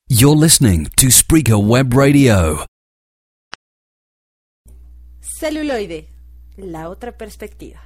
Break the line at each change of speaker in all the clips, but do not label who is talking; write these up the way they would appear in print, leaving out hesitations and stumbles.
You're listening to Spreaker Web Radio.
Celuloide, la otra perspectiva.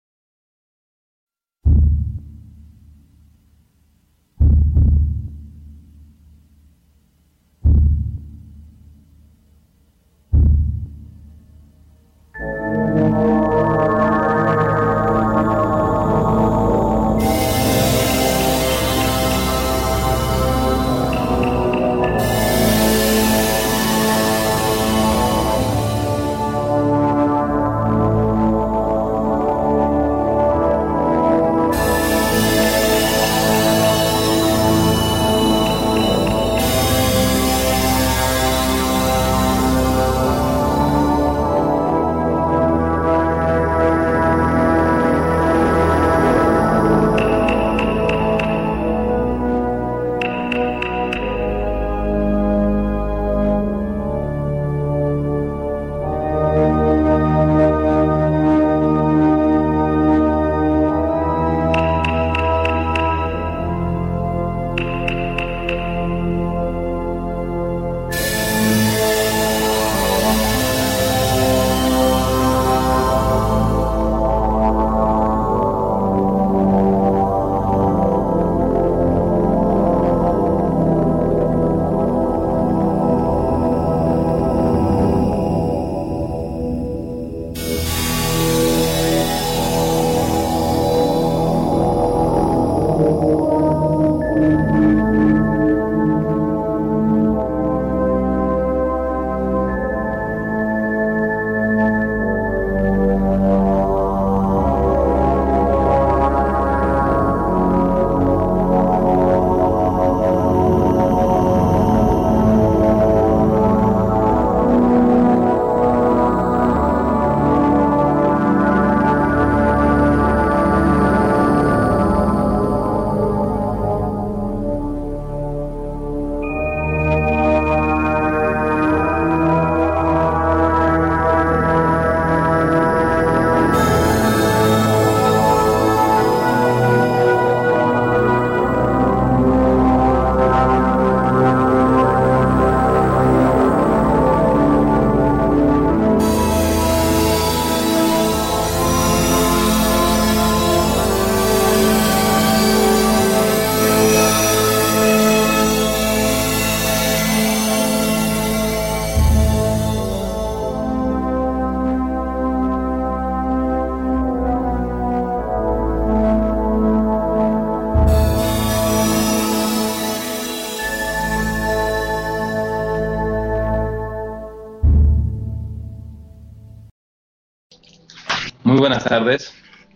Muy buenas tardes,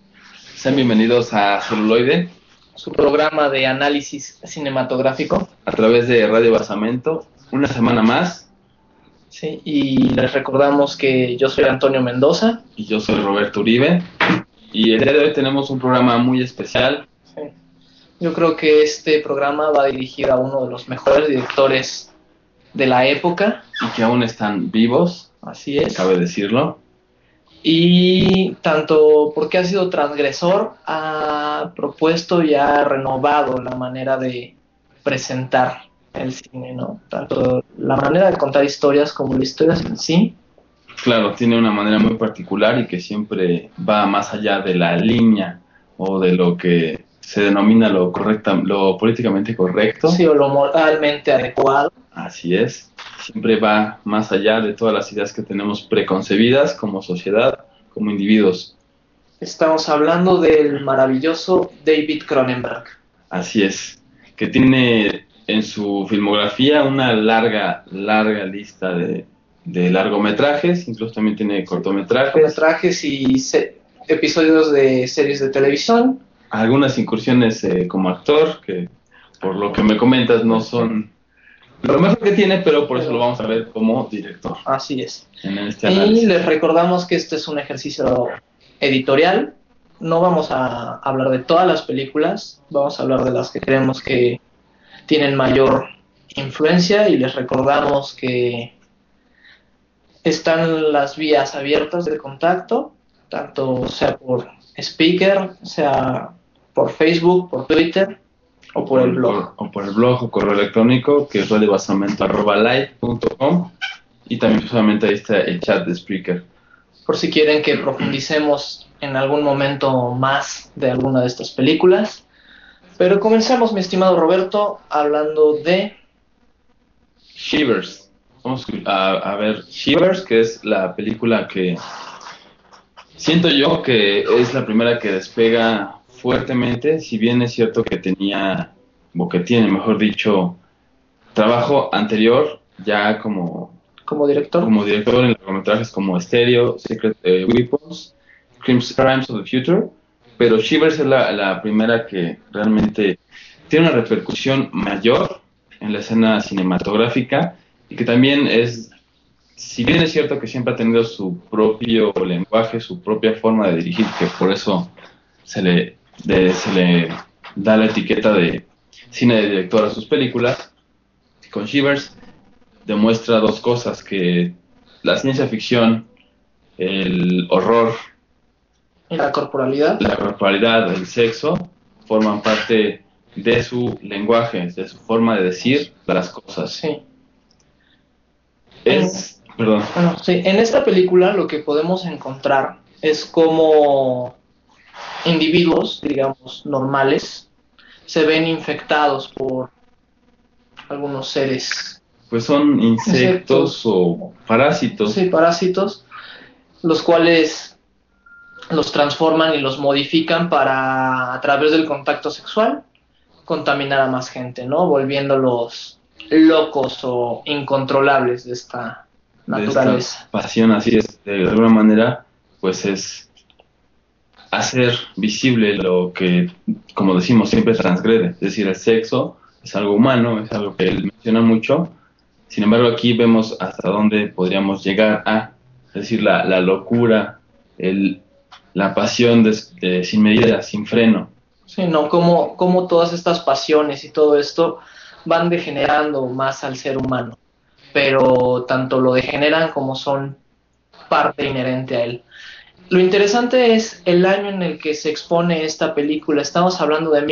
sean bienvenidos a Celuloide,
su programa de análisis cinematográfico
a través de Radio Basamento, una semana más.
Sí, y les recordamos que yo soy Antonio Mendoza.
Y yo soy Roberto Uribe, y el día de hoy tenemos un programa muy especial.
Sí. Yo creo que este programa va dirigido a uno de los mejores directores de la época.
Y que aún están vivos,
Así es.
cabe decirlo.
Y tanto porque ha sido transgresor, ha propuesto y ha renovado la manera de presentar el cine, ¿no? Tanto la manera de contar historias como las historias en sí.
Claro, tiene una manera muy particular y que siempre va más allá de la línea o de lo que se denomina lo políticamente correcto.
Sí, o lo moralmente adecuado.
Así es. Siempre va más allá de todas las ideas que tenemos preconcebidas como sociedad, como individuos.
Estamos hablando del maravilloso David Cronenberg.
Así es, que tiene en su filmografía una larga lista de largometrajes, incluso también tiene cortometrajes.
Y episodios de series de televisión.
Algunas incursiones como actor, que por lo que me comentas no son lo mejor que tiene, pero por eso lo vamos a ver como director.
Así es.
En este análisis.
Y les recordamos que este es un ejercicio editorial. No vamos a hablar de todas las películas, vamos a hablar de las que creemos que tienen mayor influencia, y les recordamos que están las vías abiertas de contacto, tanto sea por Spreaker, sea por Facebook, por Twitter. O por el blog.
O por el blog o correo electrónico, que es radiobasamento@live.com, y también solamente ahí está el chat de Spreaker.
Por si quieren que profundicemos en algún momento más de alguna de estas películas. Pero comencemos, mi estimado Roberto, hablando de
Shivers. Vamos a ver Shivers, que es la película que siento yo que es la primera que despega fuertemente, si bien es cierto que tenía, o que tiene, mejor dicho, trabajo anterior ya como
director.
Como director en largometrajes como Stereo, Secret Weapons, Crimes of the Future, pero Shivers es la primera que realmente tiene una repercusión mayor en la escena cinematográfica, y que también es, si bien es cierto que siempre ha tenido su propio lenguaje, su propia forma de dirigir, que por eso se le da la etiqueta de cine de director a sus películas, con Shivers demuestra dos cosas: que la ciencia ficción, el horror,
la corporalidad,
el sexo, forman parte de su lenguaje, de su forma de decir las cosas.
Sí.
Perdón.
Bueno, sí, en esta película lo que podemos encontrar es cómo individuos, digamos, normales, se ven infectados por algunos seres.
Pues son insectos o parásitos.
Sí, parásitos, los cuales los transforman y los modifican para, a través del contacto sexual, contaminar a más gente, ¿no? Volviéndolos locos o incontrolables de esta naturaleza.
De esta pasión, así es. De alguna manera, pues es hacer visible lo que, como decimos, siempre transgrede. Es decir, el sexo es algo humano, es algo que él menciona mucho. Sin embargo, aquí vemos hasta dónde podríamos llegar a, es decir, la locura, la pasión sin medida, sin freno.
Sí, ¿no? Como todas estas pasiones y todo esto van degenerando más al ser humano, pero tanto lo degeneran como son parte inherente a él. Lo interesante es el año en el que se expone esta película. Estamos hablando de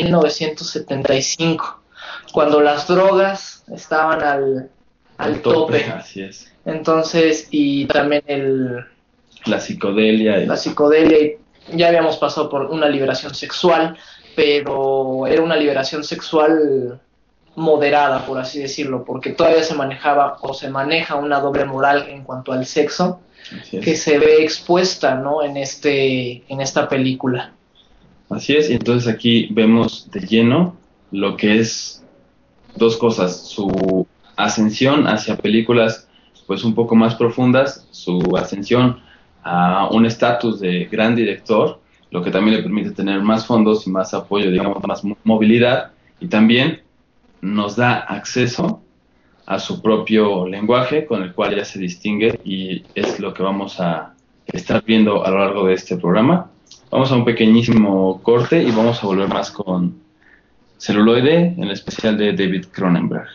1975, cuando las drogas estaban al tope.
Así es.
Entonces, y también
la psicodelia.
Y ya habíamos pasado por una liberación sexual, pero era una liberación sexual moderada, por así decirlo, porque todavía se manejaba o se maneja una doble moral en cuanto al sexo, que se ve expuesta, ¿no? en esta película.
Así es, y entonces aquí vemos de lleno lo que es dos cosas: su ascensión hacia películas pues un poco más profundas, su ascensión a un estatus de gran director, lo que también le permite tener más fondos y más apoyo, digamos, más movilidad, y también nos da acceso a su propio lenguaje, con el cual ya se distingue, y es lo que vamos a estar viendo a lo largo de este programa. Vamos a un pequeñísimo corte y vamos a volver más con Celuloide, en el especial de David Cronenberg.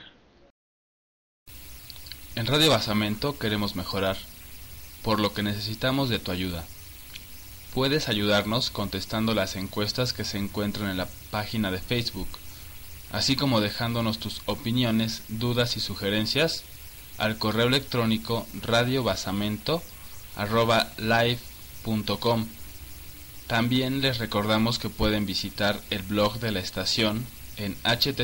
En Radio Basamento queremos mejorar, por lo que necesitamos de tu ayuda. Puedes ayudarnos contestando las encuestas que se encuentran en la página de Facebook, así como dejándonos tus opiniones, dudas y sugerencias al correo electrónico radiobasamento@live.com. También les recordamos que pueden visitar el blog de la estación en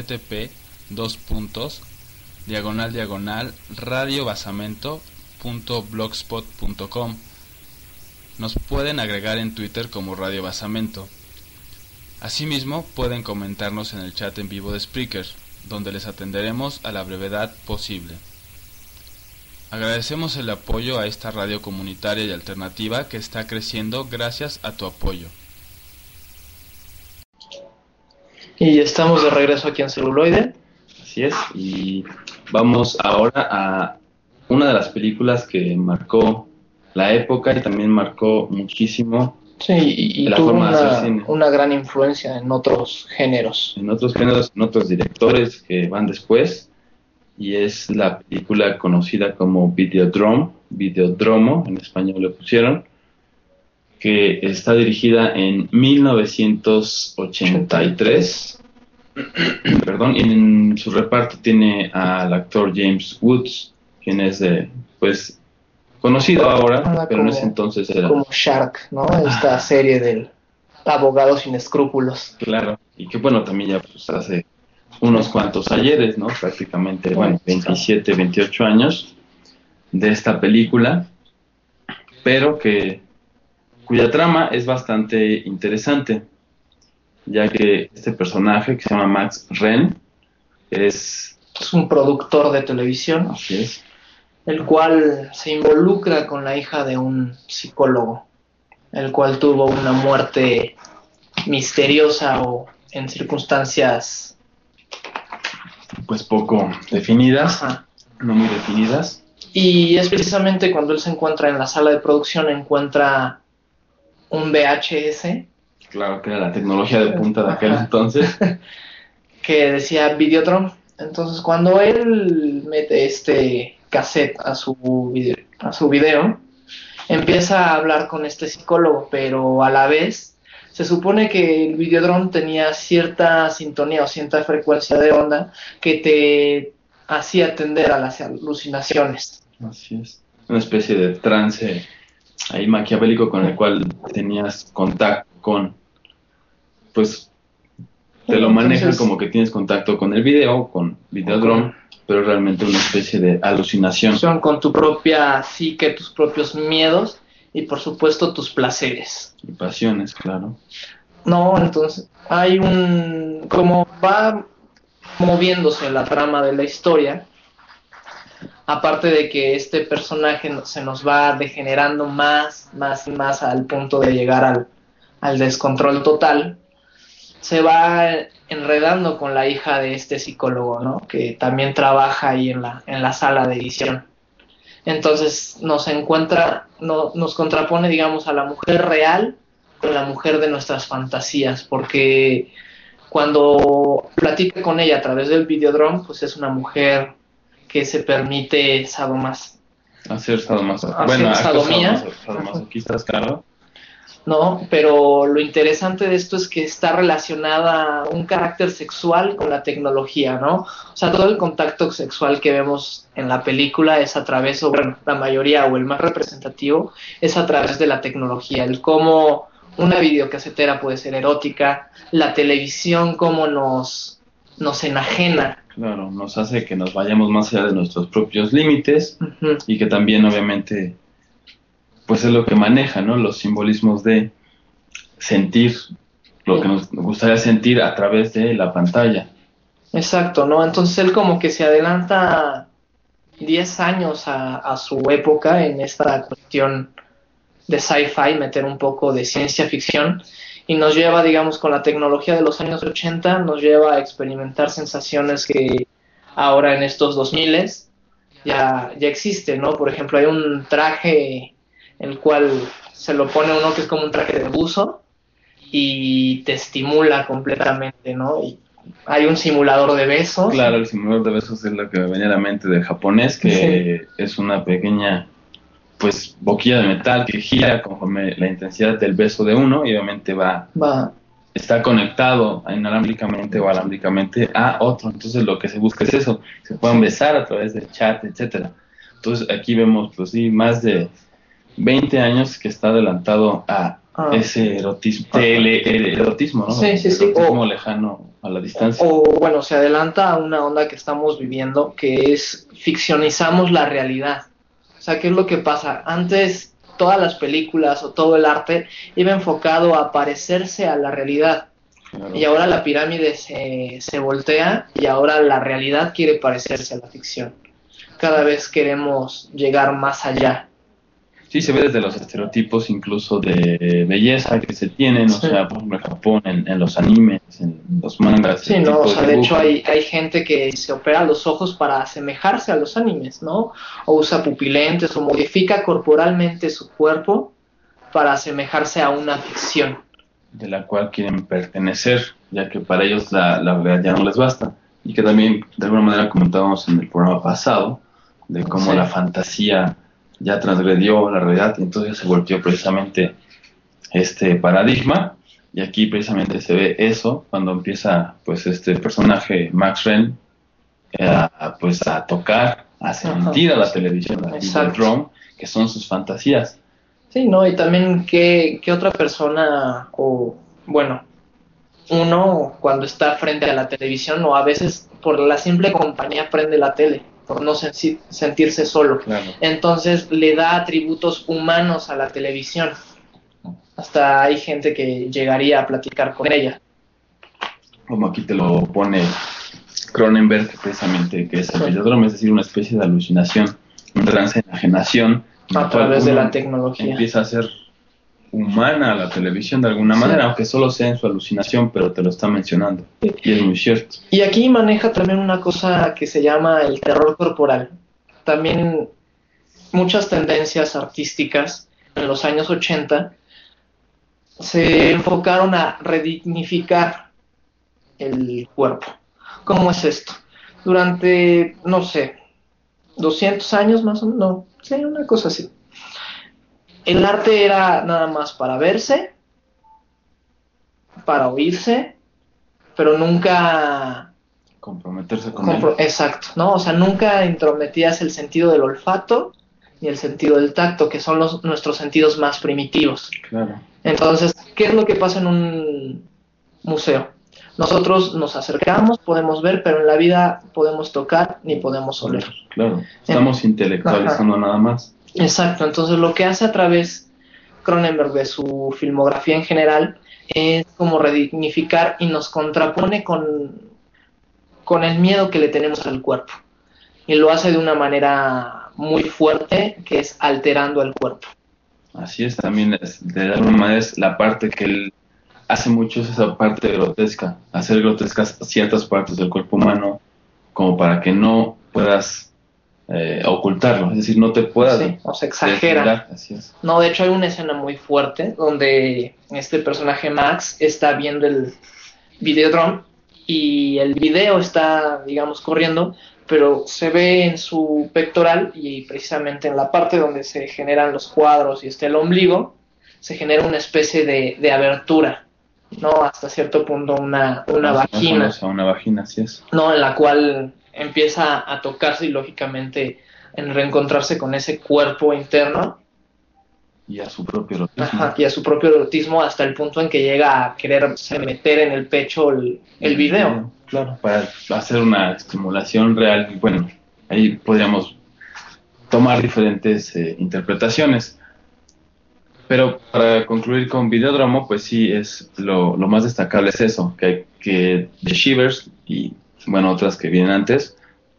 http://radiobasamento.blogspot.com. Nos pueden agregar en Twitter como Radio Basamento. Asimismo, pueden comentarnos en el chat en vivo de Spreaker, donde les atenderemos a la brevedad posible. Agradecemos el apoyo a esta radio comunitaria y alternativa que está creciendo gracias a tu apoyo.
Y estamos de regreso aquí en Celuloide.
Así es, y vamos ahora a una de las películas que marcó la época y también marcó muchísimo.
Sí, y tuvo una gran influencia en otros géneros.
En otros directores que van después, y es la película conocida como Videodromo, en español le pusieron, que está dirigida en 1983 Perdón, en su reparto tiene al actor James Woods, quien es pues conocido ahora, pero en ese entonces era
como Shark, ¿no? Esta serie del abogado sin escrúpulos.
claro, y que bueno, también ya pues hace unos cuantos ayeres, ¿no? Prácticamente, bueno, 27, 28 años de esta película, pero cuya trama es bastante interesante, ya que este personaje que se llama Max Renn es
un productor de televisión,
así es,
el cual se involucra con la hija de un psicólogo, el cual tuvo una muerte misteriosa o en circunstancias
pues poco definidas,
Ajá.
no muy definidas.
Y es precisamente cuando él se encuentra en la sala de producción, encuentra un VHS.
Claro que era la tecnología de punta de aquel
Ajá.
entonces.
Que decía Videodrome. Entonces cuando él mete este cassette a su video, empieza a hablar con este psicólogo, pero a la vez se supone que el Videodrome tenía cierta sintonía o cierta frecuencia de onda que te hacía tender a las alucinaciones.
Así es. Una especie de trance ahí maquiavélico con el cual tenías contacto con, pues, te lo manejan como que tienes contacto con el video, con Videodrome, pero realmente una especie de alucinación.
Son con tu propia psique, tus propios miedos y por supuesto tus placeres.
Y pasiones, claro.
No, entonces hay como va moviéndose la trama de la historia, aparte de que este personaje se nos va degenerando más y más al punto de llegar al descontrol total, se va enredando con la hija de este psicólogo, ¿no? Que también trabaja ahí en la sala de edición. Entonces nos contrapone, digamos, a la mujer real con la mujer de nuestras fantasías, porque cuando platica con ella a través del Videodrome, pues es una mujer que se permite
hacer sadomasoquistas.
Bueno, sadomía.
Sadomasoquistas, claro.
No, pero lo interesante de esto es que está relacionada un carácter sexual con la tecnología, ¿no? O sea, todo el contacto sexual que vemos en la película es a través, o bueno, la mayoría o el más representativo es a través de la tecnología, el cómo una videocasetera puede ser erótica, la televisión cómo nos enajena.
Claro, nos hace que nos vayamos más allá de nuestros propios límites. Uh-huh. Y que también obviamente pues es lo que maneja, ¿no? Los simbolismos de sentir lo que nos gustaría sentir a través de la pantalla.
Exacto, ¿no? Entonces él como que se adelanta 10 años a su época en esta cuestión de sci-fi, meter un poco de ciencia ficción, y nos lleva, digamos, con la tecnología de los años 80, nos lleva a experimentar sensaciones que ahora en estos 2000 ya existen, ¿no? Por ejemplo, hay un traje el cual se lo pone uno que es como un traje de buzo y te estimula completamente, ¿no? Y hay un simulador de besos.
Claro, el simulador de besos es lo que me venía a la mente del japonés, que sí. Es una pequeña, pues, boquilla de metal que gira conforme la intensidad del beso de uno y obviamente está conectado inalámbricamente o alámbricamente a otro. Entonces lo que se busca es eso, se puedan besar a través del chat, etcétera. Entonces aquí vemos, pues sí, más de 20 años que está adelantado a ese erotismo, erotismo, ¿no?
Sí, sí, sí.
Erotismo lejano a la distancia.
O bueno, se adelanta a una onda que estamos viviendo, que es ficcionizamos la realidad. O sea, ¿qué es lo que pasa? Antes todas las películas o todo el arte iba enfocado a parecerse a la realidad. Claro. Y ahora la pirámide se voltea y ahora la realidad quiere parecerse a la ficción. Cada vez queremos llegar más allá.
Sí, se ve desde los estereotipos incluso de belleza que se tienen, sí. O sea, por ejemplo, en Japón, en los animes, en los mangas.
Sí, no, o sea, de hecho hay gente que se opera los ojos para asemejarse a los animes, ¿no? O usa pupilentes o modifica corporalmente su cuerpo para asemejarse a una ficción.
De la cual quieren pertenecer, ya que para ellos la realidad ya no les basta. Y que también, de alguna manera, comentábamos en el programa pasado, de cómo la fantasía ya transgredió la realidad y entonces se volvió precisamente este paradigma Y aquí precisamente se ve eso cuando empieza pues este personaje Max Renn pues a tocar, a sentir a la televisión, a Videodrome, que son sus fantasías.
Sí, ¿no? Y también qué otra persona, o bueno, uno cuando está frente a la televisión, o a veces por la simple compañía prende la tele, por no sentirse solo.
Claro.
Entonces le da atributos humanos a la televisión. Hasta hay gente que llegaría a platicar con ella.
Como aquí te lo pone Cronenberg, precisamente, que es el Videodrome, es decir, una especie de alucinación, un trance de enajenación.
A través de la tecnología.
Empieza a ser humana la televisión de alguna manera, aunque solo sea en su alucinación, pero te lo está mencionando. Y es muy cierto.
Y aquí maneja también una cosa que se llama el terror corporal. También muchas tendencias artísticas en los años 80 se enfocaron a redignificar el cuerpo. ¿Cómo es esto? Durante, no sé, 200 años más o menos, no, sí, una cosa así. El arte era nada más para verse, para oírse, pero nunca
comprometerse con él.
Exacto, ¿no? O sea, nunca intrometías el sentido del olfato ni el sentido del tacto, que son nuestros sentidos más primitivos.
Claro.
Entonces, ¿qué es lo que pasa en un museo? Nosotros nos acercamos, podemos ver, pero en la vida podemos tocar ni podemos oler.
Claro, estamos intelectualizando nada más.
Exacto, entonces lo que hace a través Cronenberg de su filmografía en general es como redignificar y nos contrapone con el miedo que le tenemos al cuerpo. Y lo hace de una manera muy fuerte, que es alterando el cuerpo.
Así es, también de alguna manera es la parte que él hace mucho, es esa parte grotesca, hacer grotescas ciertas partes del cuerpo humano como para que no puedas ocultarlo, es decir, no te puedas...
Sí, o se exagera.
Así es.
No, de hecho hay una escena muy fuerte donde este personaje Max está viendo el Videodrome y el video está, digamos, corriendo, pero se ve en su pectoral y precisamente en la parte donde se generan los cuadros y está el ombligo, se genera una especie de abertura, ¿no? Hasta cierto punto una vagina.
Una vagina, así es.
¿No? En la cual empieza a tocarse y lógicamente en reencontrarse con ese cuerpo interno.
Y a su propio erotismo.
Ajá, y a su propio erotismo hasta el punto en que llega a quererse meter en el pecho el video.
Claro, para hacer una estimulación real. Y bueno, ahí podríamos tomar diferentes interpretaciones. Pero para concluir con Videodrome, pues sí, es lo más destacable es eso, que The Shivers y bueno, otras que vienen antes,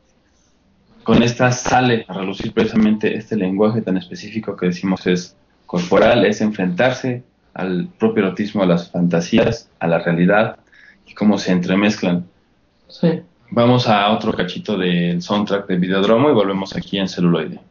con esta sale a relucir precisamente este lenguaje tan específico que decimos es corporal, es enfrentarse al propio erotismo, a las fantasías, a la realidad y cómo se entremezclan.
Sí.
Vamos a otro cachito del soundtrack de Videodrome y volvemos aquí en Celuloide.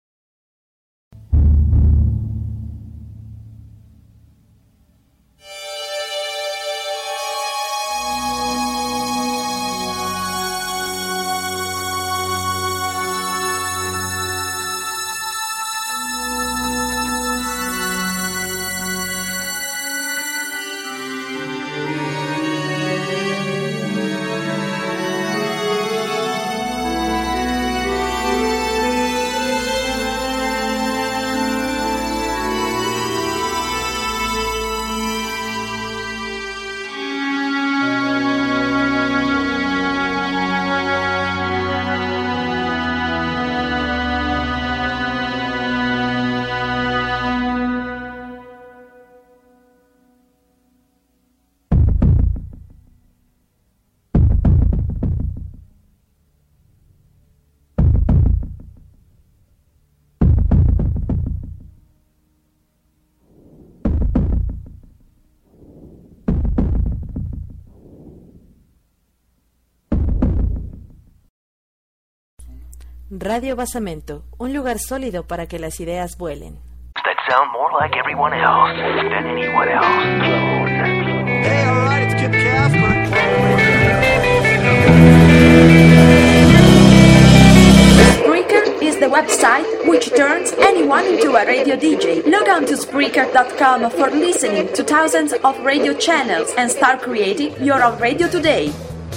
Radio Basamento, un lugar sólido para que las ideas vuelen.
That sound more like everyone else than anyone else. Hey, all right, it's Kip Casper.
Spreaker is the website which turns anyone into a radio DJ. Log on to Spreaker.com for listening to thousands of radio channels and start creating your own radio today.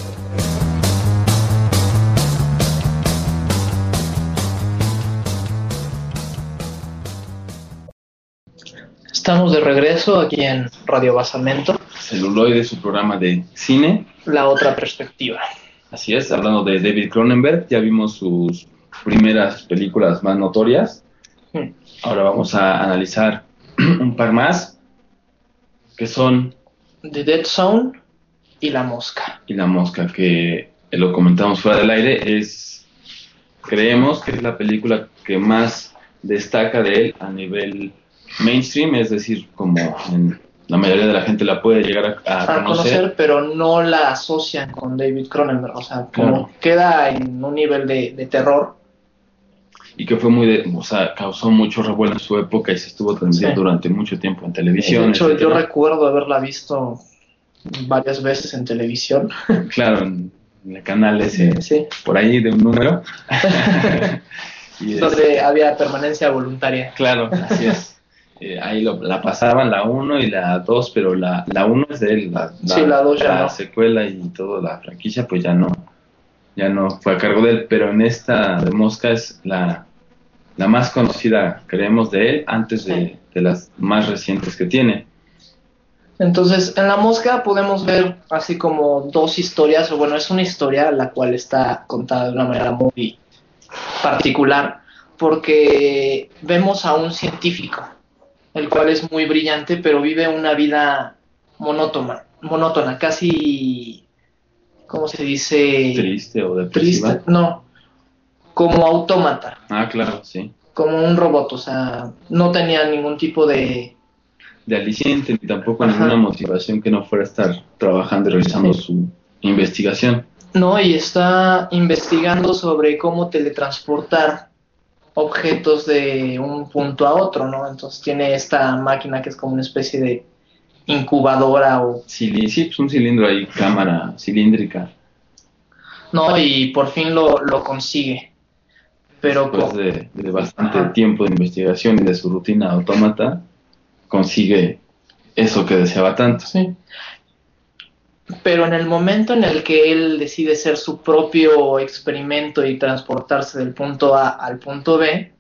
Estamos de regreso aquí en Radio Basamento.
Celuloide, su programa de cine.
La otra perspectiva.
Así es, hablando de David Cronenberg, ya vimos sus primeras películas más notorias. Ahora vamos a analizar un par más, que son
The Dead Zone y La Mosca.
Y La Mosca, que lo comentamos fuera del aire, creemos que es la película que más destaca de él a nivel mainstream, es decir, como la mayoría de la gente la puede llegar a conocer,
pero no la asocian con David Cronenberg, o sea, como queda en un nivel de terror.
Y que fue causó mucho revuelo en su época y se estuvo transmitiendo durante mucho tiempo en televisión.
De hecho, yo recuerdo haberla visto varias veces en televisión.
Claro, en el canal ese, por ahí de un número.
Donde había permanencia voluntaria.
Claro, así es. Ahí la pasaban la 1 y la 2, pero la 1 es de él, la 2 ya la secuela y toda la franquicia pues ya no fue a cargo de él, pero en esta de Mosca es la más conocida, creemos, de él, antes de las más recientes que tiene.
Entonces, en La Mosca podemos ver así como dos historias, o bueno, es una historia la cual está contada de una manera muy particular, porque vemos a un científico, el cual es muy brillante, pero vive una vida monótona, casi, ¿cómo se dice?
Triste o depresiva.
Triste, no, como autómata.
Ah, claro, sí.
Como un robot, o sea, no tenía ningún tipo de
aliciente, ni tampoco ninguna motivación que no fuera a estar trabajando y realizando su investigación.
No, y está investigando sobre cómo teletransportar objetos de un punto a otro, ¿no? Entonces tiene esta máquina que es como una especie de incubadora o...
Sí, pues un cilindro ahí, cámara cilíndrica.
No, y por fin lo consigue. Pero
después de bastante tiempo de investigación y de su rutina autómata, consigue eso que deseaba tanto.
Sí. Pero en el momento en el que él decide ser su propio experimento y transportarse del punto A al punto B,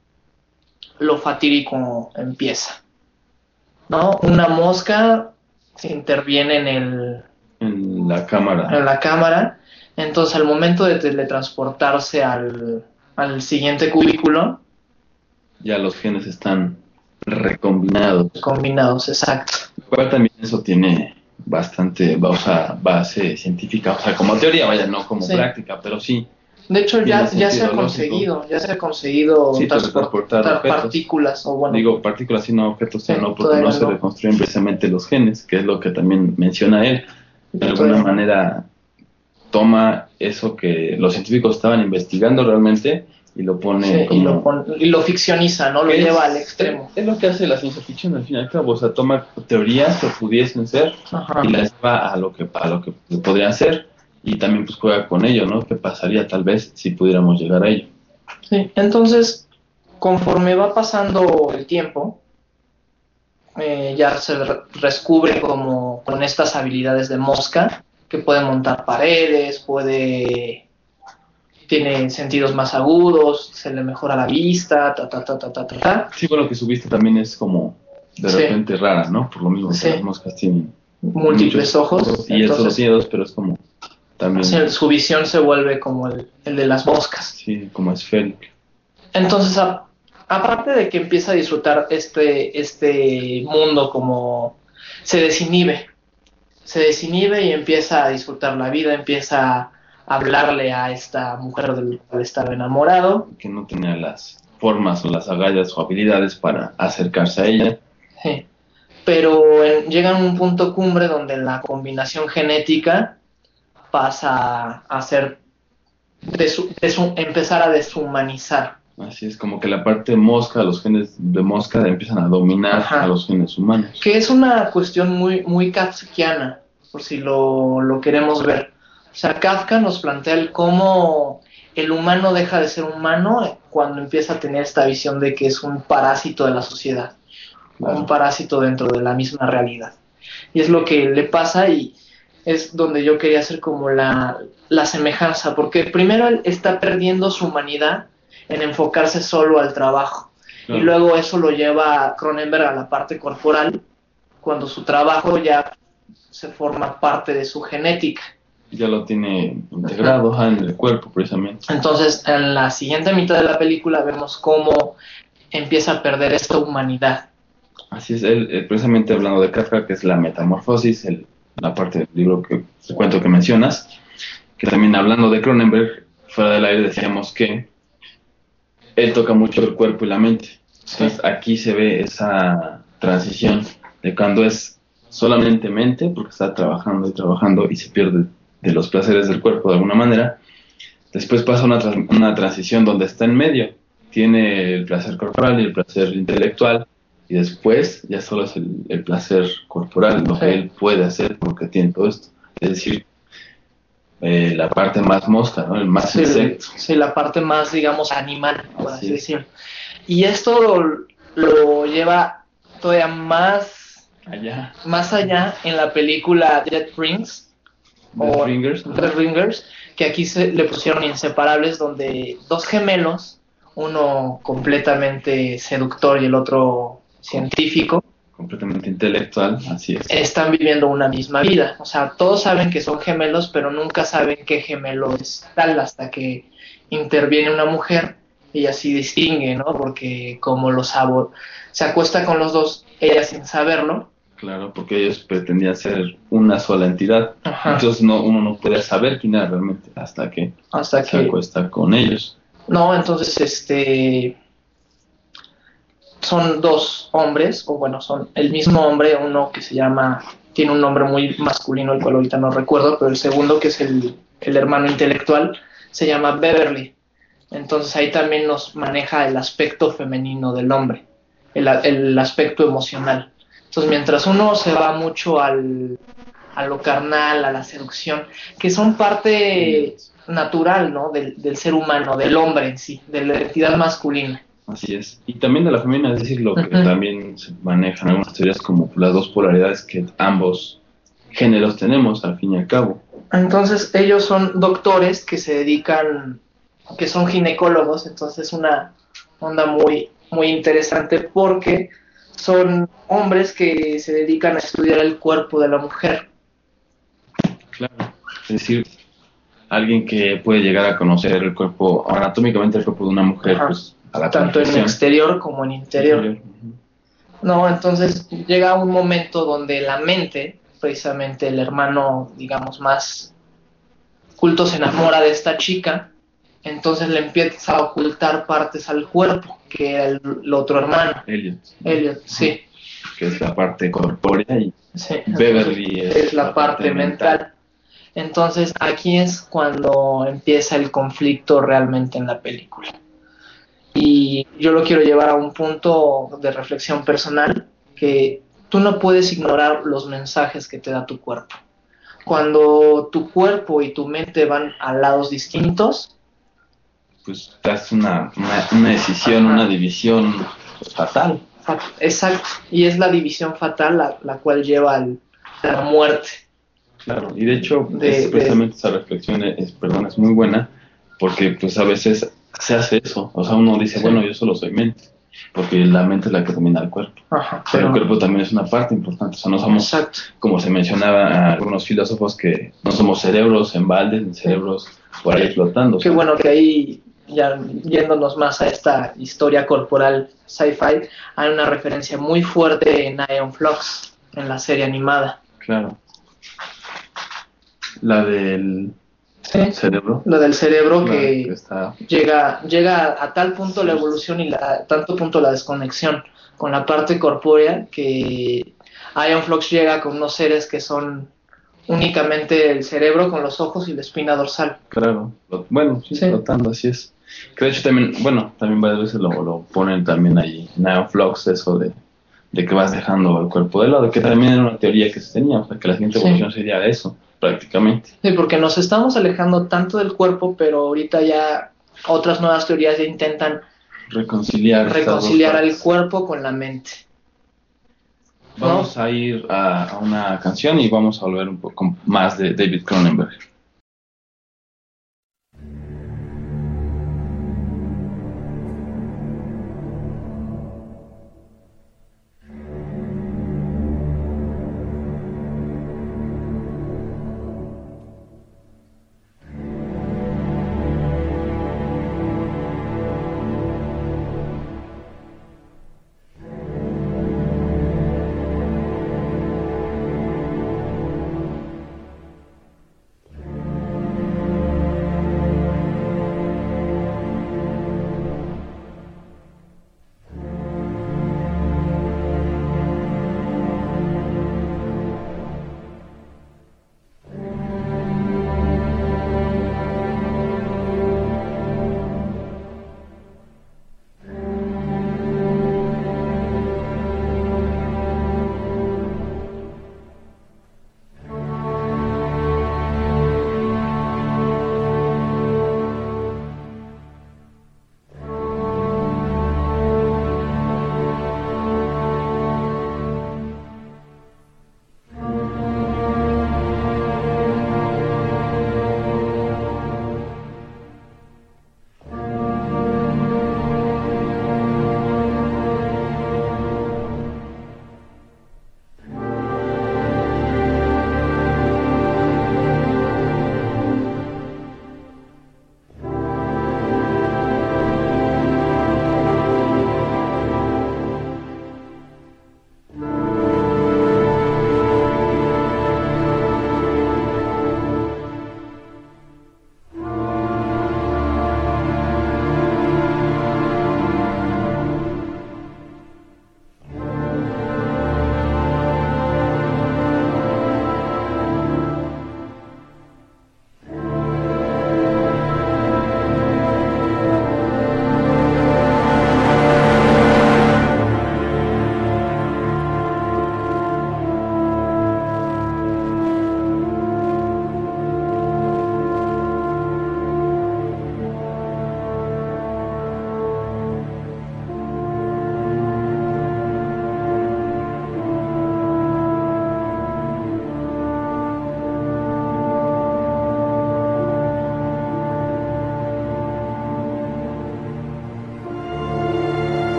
lo fatídico empieza, ¿no? Una mosca se interviene
en la cámara.
Entonces al momento de teletransportarse al siguiente cubículo,
ya los genes están recombinados.
Combinados, exacto.
Igual también eso tiene bastante base científica, o sea, como teoría, vaya, no como práctica, pero sí.
De hecho, ya se ha conseguido transportar partículas, o bueno.
Digo, partículas y no objetos, no, porque no se reconstruyen precisamente los genes, que es lo que también menciona él. De alguna manera toma eso que los científicos estaban investigando realmente y lo pone
y lo ficcioniza, ¿no? Lo lleva al extremo.
Es lo que hace la ciencia ficción al fin y al cabo, o sea, toma teorías que pudiesen ser y las lleva a lo que podrían ser y también pues juega con ello, ¿no? ¿Qué pasaría tal vez si pudiéramos llegar a ello?
Sí, entonces, conforme va pasando el tiempo, ya se descubre como con estas habilidades de mosca, que puede montar paredes, tiene sentidos más agudos, se le mejora la vista,
Sí, bueno, que su vista también es como de repente rara, ¿no? Por lo mismo que las moscas tienen
múltiples ojos.
Y él solo tiene dos, pero es como también...
su visión se vuelve como el de las moscas.
Sí, como esférica.
Entonces, aparte de que empieza a disfrutar este mundo, como se desinhibe y empieza a disfrutar la vida, empieza a hablarle a esta mujer del cual estaba enamorado.
Que no tenía las formas o las agallas o habilidades para acercarse a ella.
Sí. Pero llega a un punto cumbre donde la combinación genética pasa a ser empezar a deshumanizar.
Así es, como que la parte mosca, los genes de mosca empiezan a dominar a los genes humanos.
Que es una cuestión muy, muy kafkiana, por si lo queremos ver. O sea, Kafka nos plantea cómo el humano deja de ser humano cuando empieza a tener esta visión de que es un parásito de la sociedad, un parásito dentro de la misma realidad. Y es lo que le pasa, y es donde yo quería hacer como la semejanza, porque primero él está perdiendo su humanidad en enfocarse solo al trabajo, y luego eso lo lleva a Cronenberg a la parte corporal, cuando su trabajo ya se forma parte de su genética.
Ya lo tiene integrado en el cuerpo, precisamente.
Entonces, en la siguiente mitad de la película vemos cómo empieza a perder esta humanidad.
Así es, él, precisamente hablando de Kafka, que es la metamorfosis, la parte del libro, el cuento que mencionas, que también hablando de Cronenberg, fuera del aire decíamos que él toca mucho el cuerpo y la mente. Entonces aquí se ve esa transición de cuando es solamente mente, porque está trabajando y trabajando y se pierde de los placeres del cuerpo de alguna manera. Después pasa una transición donde está en medio, tiene el placer corporal y el placer intelectual, y después ya solo es el placer corporal, lo que él puede hacer porque tiene todo esto. Es decir, la parte más mosca, ¿no? El más insecto.
Sí, la parte más, digamos, animal, por así decirlo. Y esto lo lleva todavía más allá en la película Dead Rings,
Dead Ringers,
que aquí le pusieron Inseparables, donde dos gemelos, uno completamente seductor y el otro científico,
completamente intelectual, así es,
están viviendo una misma vida. O sea, todos saben que son gemelos, pero nunca saben qué gemelo es tal, hasta que interviene una mujer y así distingue, ¿no? Porque como se acuesta con los dos, ella sin saberlo.
Claro, porque ellos pretendían ser una sola entidad. Entonces uno no puede saber quién era realmente hasta que se acuesta con ellos.
No, entonces son dos hombres, o bueno, son el mismo hombre, uno que tiene un nombre muy masculino, el cual ahorita no recuerdo, pero el segundo, que es el hermano intelectual, se llama Beverly. Entonces ahí también nos maneja el aspecto femenino del hombre, el aspecto emocional. Entonces mientras uno se va mucho a lo carnal, a la seducción, que son parte natural, ¿no? del ser humano, del hombre en sí, de la identidad masculina.
Así es. Y también de la femenina, es decir, lo que también se manejan algunas teorías como las dos polaridades que ambos géneros tenemos, al fin y al cabo.
Entonces ellos son doctores que se dedican, que son ginecólogos, entonces es una onda muy, muy interesante porque son hombres que se dedican a estudiar el cuerpo de la mujer.
Claro, es decir, alguien que puede llegar a conocer el cuerpo, anatómicamente el cuerpo de una mujer, pues a la
tanto en exterior como en interior. No, entonces llega un momento donde la mente, precisamente el hermano, digamos, más culto, se enamora de esta chica, entonces le empieza a ocultar partes al cuerpo, que era el otro hermano. Elliot, sí.
Que es la parte corpórea y Beverly
es la parte mental. Entonces aquí es cuando empieza el conflicto realmente en la película. Y yo lo quiero llevar a un punto de reflexión personal, que tú no puedes ignorar los mensajes que te da tu cuerpo. Cuando tu cuerpo y tu mente van a lados distintos,
pues das una decisión, una división fatal.
Exacto, y es la división fatal la cual lleva a la muerte.
Claro, y de hecho precisamente esa reflexión es muy buena, porque pues a veces se hace eso, o sea, uno dice, bueno, yo solo soy mente, porque la mente es la que domina el cuerpo. Pero el cuerpo también es una parte importante, o sea, no somos, como se mencionaba a algunos filósofos, que no somos cerebros en balde, ni cerebros por ahí flotando.
Qué bueno que ahí, ya yéndonos más a esta historia corporal sci-fi, hay una referencia muy fuerte en Aeon Flux, en la serie animada.
Claro. La del cerebro.
Lo del cerebro, que llega a tal punto la evolución y tanto punto la desconexión con la parte corpórea, que Aeon Flux llega con unos seres que son únicamente el cerebro con los ojos y la espina dorsal.
Claro, bueno, flotando, así es. Que de hecho también varias veces lo ponen también ahí en Aeon Flux, eso de que vas dejando el cuerpo de lado, que también era una teoría que se tenía, o sea, que la siguiente evolución sería eso, prácticamente.
Sí, porque nos estamos alejando tanto del cuerpo, pero ahorita ya otras nuevas teorías ya intentan
Reconciliar
al cuerpo con la mente.
Vamos a ir a una canción y vamos a volver un poco más de David Cronenberg.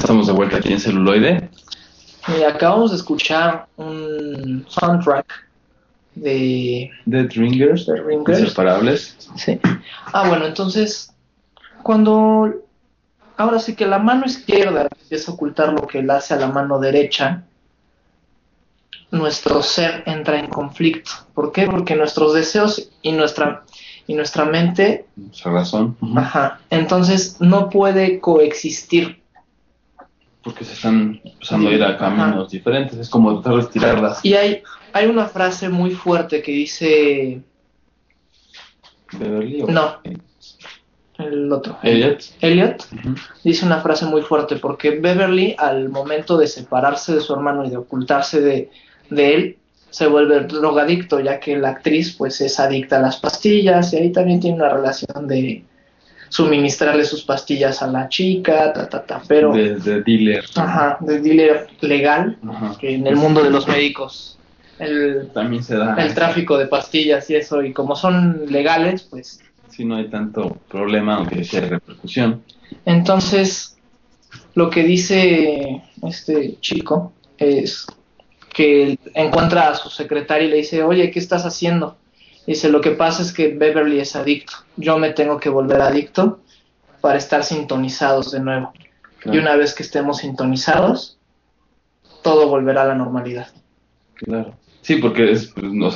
estamos de vuelta aquí en Celuloide.
Y acabamos de escuchar un soundtrack de
The Ringers, Inseparables.
Sí. Bueno, entonces, ahora sí que la mano izquierda empieza a ocultar lo que él hace a la mano derecha, nuestro ser entra en conflicto. ¿Por qué? Porque nuestros deseos y nuestra mente,
Nuestra razón.
entonces no puede coexistir.
Porque se están empezando a ir a caminos diferentes, es como tratar de estirarlas.
Y hay una frase muy fuerte que dice...
¿Beverly o...?
No, el otro.
Elliot.
Dice una frase muy fuerte, porque Beverly, al momento de separarse de su hermano y de ocultarse de él, se vuelve drogadicto, ya que la actriz pues es adicta a las pastillas, y ahí también tiene una relación de suministrarle sus pastillas a la chica, pero...
De dealer.
De dealer legal, que en el mundo de los médicos
también se da
el tráfico de pastillas y eso, y como son legales, pues...
Sí, no hay tanto problema, aunque sí hay repercusión.
Entonces, lo que dice este chico es que encuentra a su secretaria y le dice, oye, ¿qué estás haciendo? Dice, lo que pasa es que Beverly es adicto. Yo me tengo que volver adicto para estar sintonizados de nuevo. Claro. Y una vez que estemos sintonizados, todo volverá a la normalidad.
Claro. Sí, porque es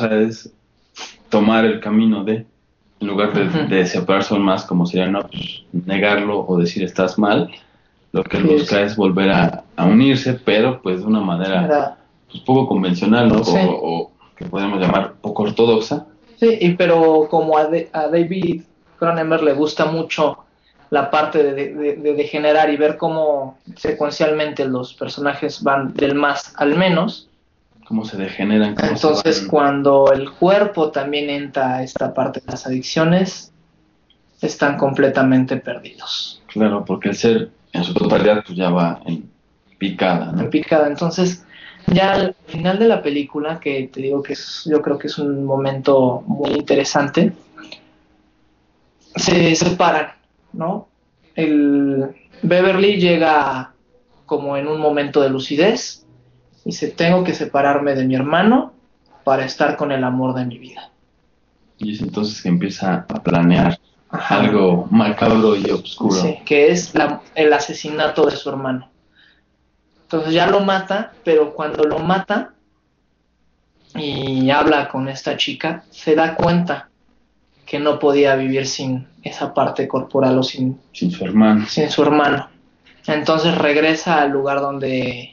tomar el camino en lugar de separarse aún más, como sería negarlo o decir estás mal. Lo que él busca es volver a unirse, pero pues de una manera poco convencional, ¿no?
Sí.
O que podemos llamar poco ortodoxa.
Sí, pero como a David Cronenberg le gusta mucho la parte de degenerar y ver cómo secuencialmente los personajes van del más al menos.
Cómo se degeneran.
Entonces, cuando el cuerpo también entra a esta parte de las adicciones, están completamente perdidos.
Claro, porque el ser en su totalidad pues ya va en picada, ¿no?
En picada. Entonces, ya al final de la película, que te digo que yo creo que es un momento muy interesante, se separan, ¿no? El Beverly llega como en un momento de lucidez. Dice, tengo que separarme de mi hermano para estar con el amor de mi vida.
Y es entonces que empieza a planear algo macabro y oscuro.
Sí, que es el asesinato de su hermano. Entonces ya lo mata, pero cuando lo mata y habla con esta chica, se da cuenta que no podía vivir sin esa parte corporal o sin
su hermano.
Sin su hermano. Entonces regresa al lugar donde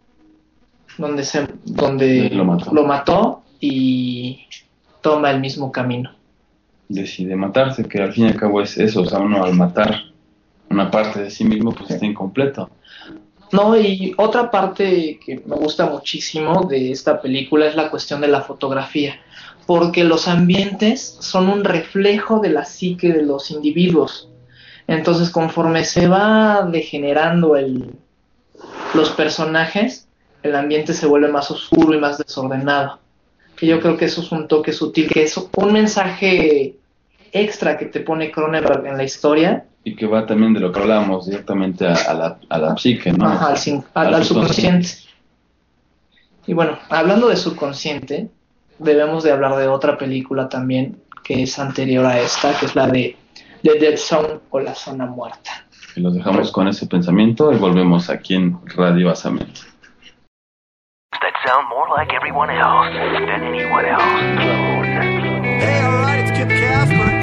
lo mató y toma el mismo camino.
Decide matarse, que al fin y al cabo es eso, o sea, uno al matar una parte de sí mismo pues está incompleto.
No, y otra parte que me gusta muchísimo de esta película es la cuestión de la fotografía, porque los ambientes son un reflejo de la psique de los individuos. Entonces, conforme se va degenerando los personajes, el ambiente se vuelve más oscuro y más desordenado. Que yo creo que eso es un toque sutil, que es un mensaje extra que te pone Cronenberg en la historia.
Y que va también de lo que hablábamos directamente a la psique, ¿no?
Al subconsciente. Y bueno, hablando de subconsciente, debemos de hablar de otra película también que es anterior a esta, que es la de The Dead Zone o La Zona Muerta.
Y los dejamos con ese pensamiento y volvemos aquí en Radio Basamento.
That sound more like everyone else than anyone else. Hey, alright, it's Kip Casper.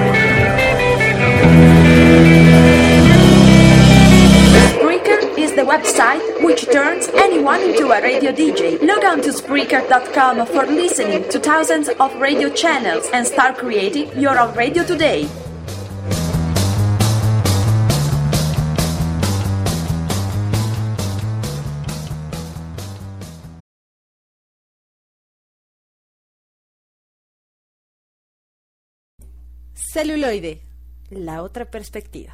Spreaker is the website which turns anyone into a radio DJ. Log on to Spreaker.com for listening to thousands of radio channels and start creating your own radio today.
Celuloide, la otra perspectiva.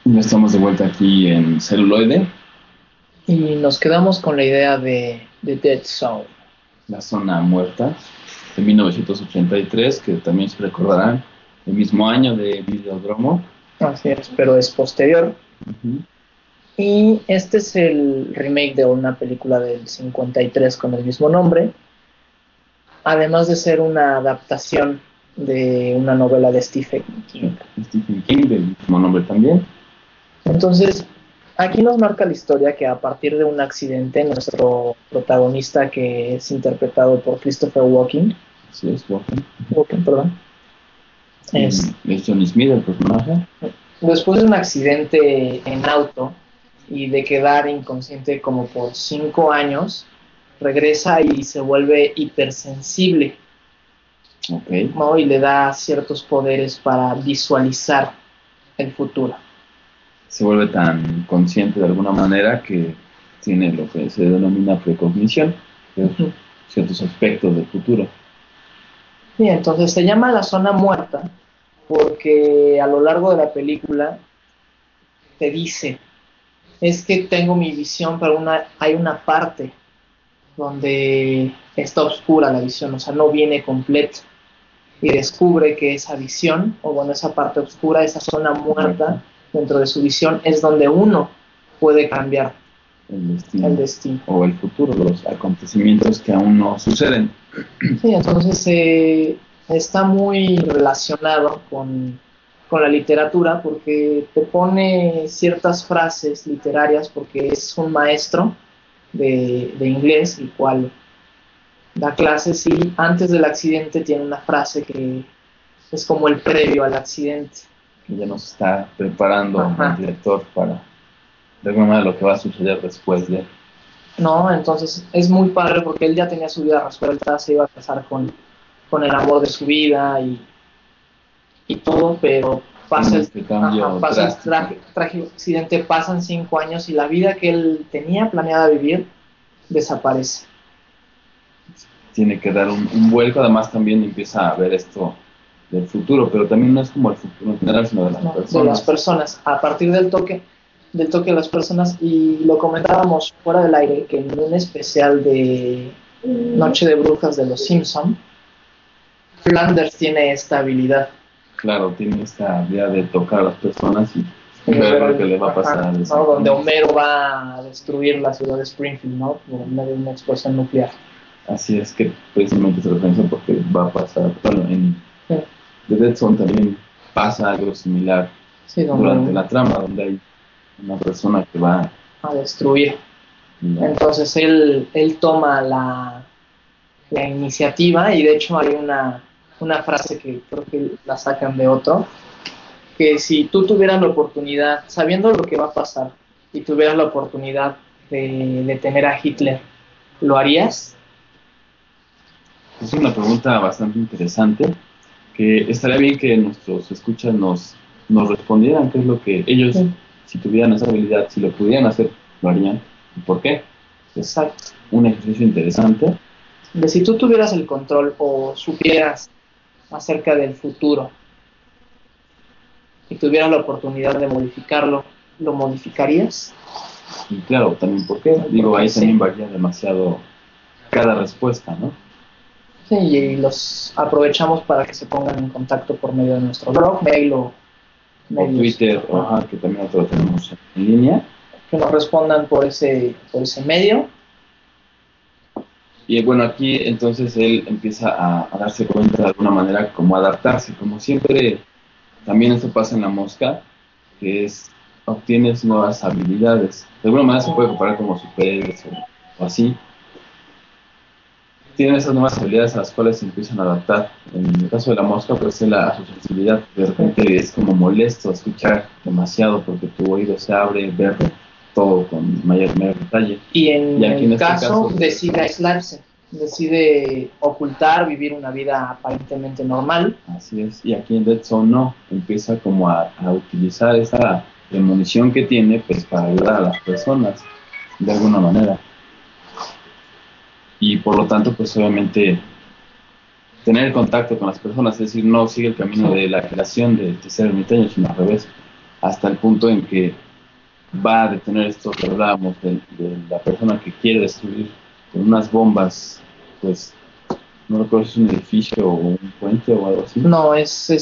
Ya estamos de vuelta aquí en Celuloide,
Y nos quedamos con la idea de Dead Zone.
la zona muerta, de 1983, que también se recordarán, el mismo año de Videodromo.
Así es, pero es posterior.
Ujú.
Y este es el remake de una película del 53 con el mismo nombre, además de ser una adaptación de una novela de Stephen King.
Stephen King, del mismo nombre también.
Entonces, aquí nos marca la historia que a partir de un accidente, nuestro protagonista, que es interpretado por Christopher Walken,
Así es,
perdón, es,
Es Johnny Smith, el personaje.
después de un accidente en auto y de quedar inconsciente como por 5 años, regresa y se vuelve hipersensible,
Ok.
¿no? Y le da ciertos poderes para visualizar el futuro.
Se vuelve tan consciente de alguna manera que tiene lo que se denomina precognición, que es
Ujú.
ciertos aspectos del futuro.
Y entonces se llama La Zona Muerta porque a lo largo de la película te dice, es que tengo mi visión, pero hay una parte donde está oscura la visión, o sea, no viene completa. Y descubre que esa visión, o bueno, esa parte oscura, esa zona muerta dentro de su visión, es donde uno puede cambiar
El destino.
el destino.
O el futuro, los acontecimientos que aún no suceden.
Sí, entonces está muy relacionado con la literatura porque te pone ciertas frases literarias porque es un maestro de inglés, el cual da clases y antes del accidente tiene una frase que es como el previo al accidente.
Que ya nos está preparando
Ajá.
el director para de alguna manera lo que va a suceder después de.
No, entonces es muy padre porque él ya tenía su vida resuelta, se iba a casar con el amor de su vida y todo, pero pasa el,
Este cambio
pasa el
drástico.
trágico accidente, pasan 5 años y la vida que él tenía planeada vivir desaparece.
Tiene que dar un vuelco, además también empieza a ver esto del futuro, pero también no es como el futuro en general, sino de las
¿No?
personas.
De las personas, a partir del toque de las personas, y lo comentábamos fuera del aire, que en un especial de Noche de Brujas de los Simpson, Flanders tiene esta habilidad.
Claro, tiene esta idea de tocar a las personas y ver lo que le va a pasar.
Ajá, ¿no? Donde Homero va a destruir la ciudad de Springfield, ¿no? Por medio de una explosión nuclear.
Así es que precisamente se referencia porque va a pasar. Bueno, en
Sí.
The Dead Zone también pasa algo similar
Sí,
durante la trama, donde hay una persona que va
a destruir. Entonces él toma la iniciativa y de hecho hay una frase que creo que la sacan de otro, que si tú tuvieras la oportunidad, sabiendo lo que va a pasar, y tuvieras la oportunidad de detener a Hitler, ¿lo harías?
Es una pregunta bastante interesante, que estaría bien que nuestros escuchas nos respondieran qué es lo que ellos,
Sí.
si tuvieran esa habilidad, si lo pudieran hacer, lo harían. ¿Y por qué? Es
Exacto.
un ejercicio interesante.
De si tú tuvieras el control o supieras acerca del futuro y tuvieras la oportunidad de modificarlo, ¿lo modificarías?
Y claro, también por qué. Digo, ahí
Sí.
también varía demasiado cada respuesta, ¿no?
Sí, y los aprovechamos para que se pongan en contacto por medio de nuestro blog, mail o
O
medios,
Twitter, ajá, que también nosotros lo tenemos en línea.
que nos respondan por ese medio.
Y bueno, aquí entonces él empieza a darse cuenta de alguna manera cómo adaptarse. Como siempre, también esto pasa en La Mosca, que es obtienes nuevas habilidades. De alguna manera se puede comparar como superhéroes o así. Tienen esas nuevas habilidades a las cuales se empiezan a adaptar. En el caso de La Mosca, pues es a su sensibilidad. De repente es como molesto escuchar demasiado porque tu oído se abre, ver todo con mayor detalle.
Y en
aquí
el
en este
caso
caso,
decide aislarse, decide ocultar, vivir una vida aparentemente normal.
Así es, y aquí en Dead Zone no, empieza como a utilizar esa premonición que tiene pues para ayudar a las personas de alguna manera. Y por lo tanto pues obviamente tener contacto con las personas, es decir, no sigue el camino de la creación de ser ermitaño, sino al revés, hasta el punto en que va a detener esto que hablábamos de la persona que quiere destruir con unas bombas, pues no recuerdo si es un edificio o un puente o algo así.
No,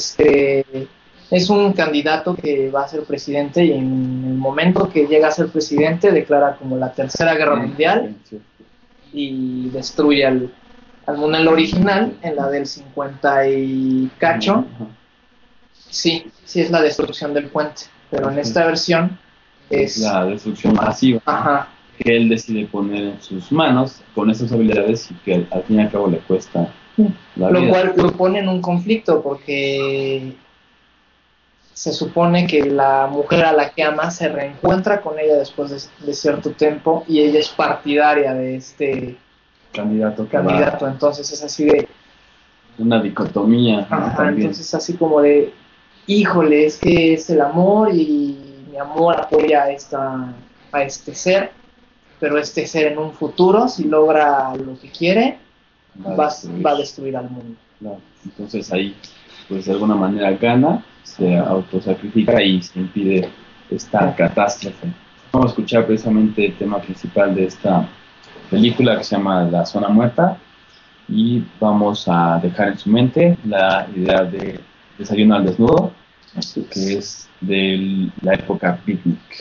es un candidato que va a ser presidente y en el momento que llega a ser presidente declara como la Tercera Guerra Mundial
Sí.
y destruye al mundo. En la original, en la del 50 y cacho,
Ajá.
sí es la destrucción del puente, pero en esta versión
Es la destrucción masiva,
Ajá,
que él decide poner en sus manos con esas habilidades y que al fin y al cabo le cuesta la
lo
vida.
cual lo pone en un conflicto porque se supone que la mujer a la que ama se reencuentra con ella después de cierto tiempo y ella es partidaria de este
candidato,
entonces es así de
una dicotomía, ¿no?
ajá,
También.
entonces así como de híjole, es que es el amor y mi amor apoya a este ser, pero este ser en un futuro si logra lo que quiere va a destruir al mundo.
Claro. Entonces ahí pues de alguna manera gana, se autosacrifica y se impide esta catástrofe. Vamos a escuchar precisamente el tema principal de esta película que se llama La Zona Muerta y vamos a dejar en su mente la idea de Desayuno al Desnudo, que es de la época Picnic.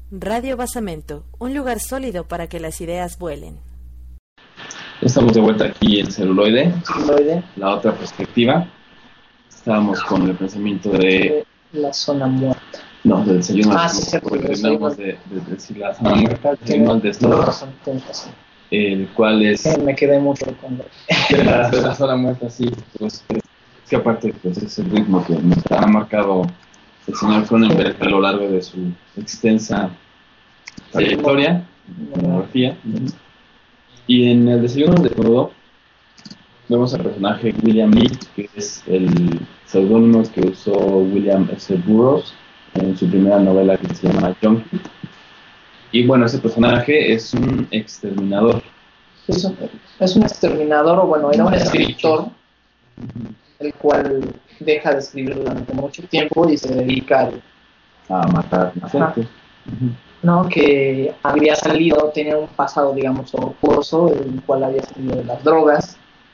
Radio Basamento, un lugar sólido para que las ideas vuelen.
Estamos de vuelta aquí en Celuloide,
Celuloide,
la otra perspectiva. Estábamos con el pensamiento de...
la zona muerta.
No, del desayuno.
Sí, cierto.
Porque terminamos de decir la zona muerta, desayuno de esto,
Tienes razón.
el cual es...
Me quedé mucho con
de la zona muerta, sí. Pues, es que aparte, pues es el ritmo que nos ha marcado el señor Cronenberg a lo largo de su extensa trayectoria, monografía. Y en el desayuno de todo vemos al personaje William Lee, que es el seudónimo que usó William S. Burroughs en su primera novela que se llama Junkie. Y bueno, ese personaje es un exterminador.
Es un exterminador, o bueno, era un escritor, el cual deja de escribir durante mucho tiempo y se dedica
A matar gente.
¿no? Que había salido, tenía un pasado, digamos, tortuoso, el cual había salido de las drogas,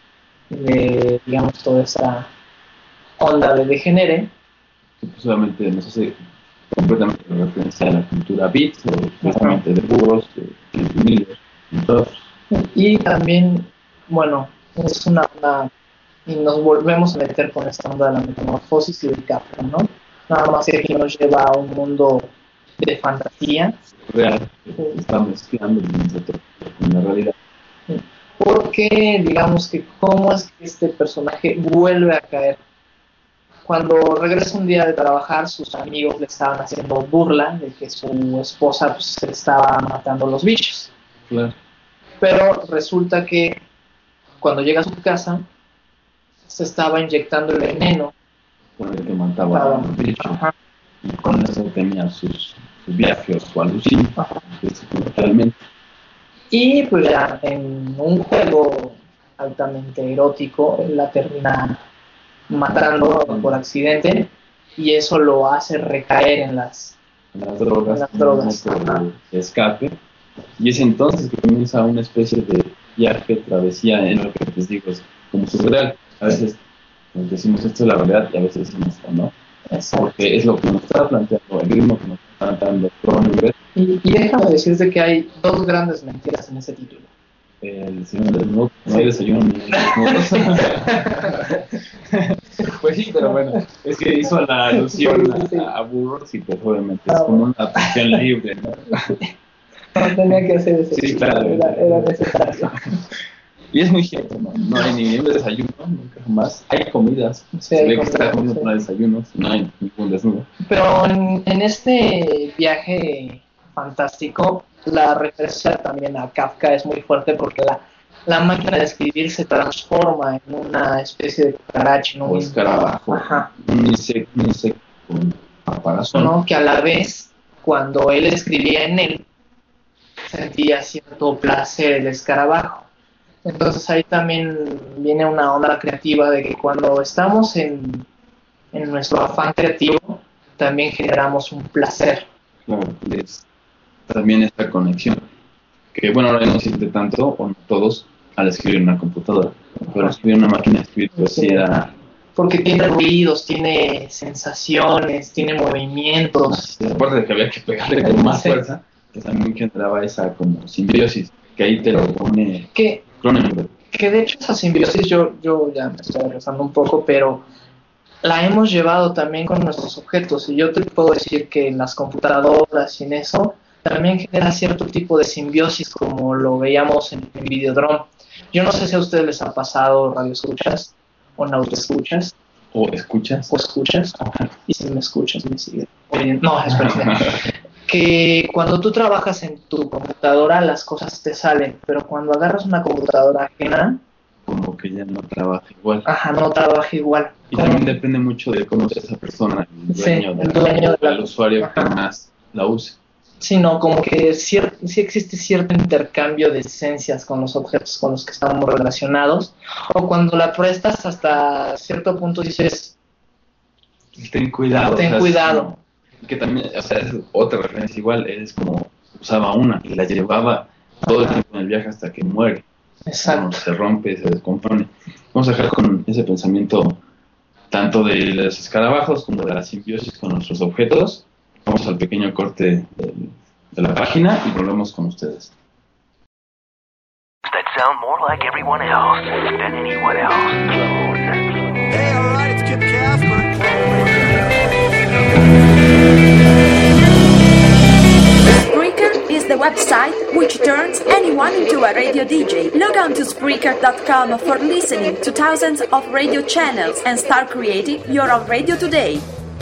de, digamos, toda esa onda de degenere.
Que pues obviamente nos hace completamente referencia a la cultura beat, o precisamente de Burroughs, de Miller, y todos.
Y también, bueno, es una onda, y nos volvemos a meter con esta onda de la metamorfosis y del Kafka, ¿no? Nada más que aquí nos lleva a un mundo de fantasía.
Real, está mezclando con la realidad.
Porque, digamos que, ¿cómo es que este personaje vuelve a caer? Cuando regresa un día de trabajar, sus amigos le estaban haciendo burla de que su esposa pues, se estaba matando los bichos.
Claro.
Pero resulta que cuando llega a su casa, se estaba inyectando el veneno.
Con el que mataba a los bichos. Y con eso tenía sus viajes o alucinos, realmente.
Y pues ya en un juego altamente erótico, él la termina matando por accidente y eso lo hace recaer en las
drogas,
Ajá.
Escape. Y es entonces que comienza una especie de viaje, travesía en lo que les digo, es como surreal. A veces nos decimos esto es la realidad y a veces decimos no. Porque es lo que nos está planteando, el ritmo que nos está planteando Cronenberg.
Y déjame decirte que hay dos grandes mentiras en ese título.
El desayuno del desnudo, no hay desayuno ni desnudos. Pues sí, pero bueno, es que hizo la alusión a Burroughs y pues obviamente es como una adaptación libre, ¿no?
No tenía que hacer eso.
Sí, claro.
Era necesario.
Y es muy cierto, no hay ningún desayuno, nunca jamás. Hay comidas,
Sí,
se
hay
ve que está
comidas,
comiendo
sí.
para desayunos, no hay ningún desnudo.
Pero en este viaje fantástico, la referencia también a Kafka es muy fuerte porque la máquina de escribir se transforma en una especie de cucaracha, ¿no?
O escarabajo,
Ajá.
un insecto con caparazón.
¿No? Que a la vez, cuando él escribía en él, sentía cierto placer el escarabajo. Entonces ahí también viene una onda creativa de que cuando estamos en nuestro afán creativo, también generamos un placer.
Claro, es también esta conexión. Que bueno, ahora no siente tanto, o no todos, al escribir en una computadora. Pero escribir en una máquina de escribir pues sí era...
Porque tiene ruidos, tiene sensaciones, tiene movimientos.
Aparte de que había que pegarle con más
Sí.
fuerza, que también generaba esa como simbiosis, que ahí te lo pone Cronenberg.
Que de hecho esa simbiosis yo ya me estoy regresando un poco, pero la hemos llevado también con nuestros objetos. Y yo te puedo decir que en las computadoras y en eso también genera cierto tipo de simbiosis como lo veíamos en Videodrome. Yo no sé si a ustedes les ha pasado radio escuchas o nauta escuchas.
O escuchas.
O escuchas. Y si me escuchas, me sigue. Oye, no, espérate. Que cuando tú trabajas en tu computadora las cosas te salen, pero cuando agarras una computadora ajena,
Como que ya no trabaja igual.
no trabaja igual.
Y también depende mucho de cómo es esa persona, el dueño,
el dueño
del usuario que más la use.
Sino como que sí existe cierto intercambio de esencias con los objetos con los que estamos relacionados, o cuando la prestas hasta cierto punto dices,
Ten cuidado.
ten cuidado.
Que también, o sea, es otra referencia igual, es como usaba una y la llevaba todo el tiempo en el viaje hasta que muere.
Exacto.
Cuando se rompe, se descompone. Vamos a dejar con ese pensamiento tanto de los escarabajos como de la simbiosis con nuestros objetos. Vamos al pequeño corte la página y volvemos con ustedes.
That sound more like everyone else than anyone else. Clone.
Hey, alright, it's Kip Casper.
Spreaker is the website which turns anyone into a radio DJ. Log on to Spreaker.com for listening to thousands of radio channels and start creating your own radio today.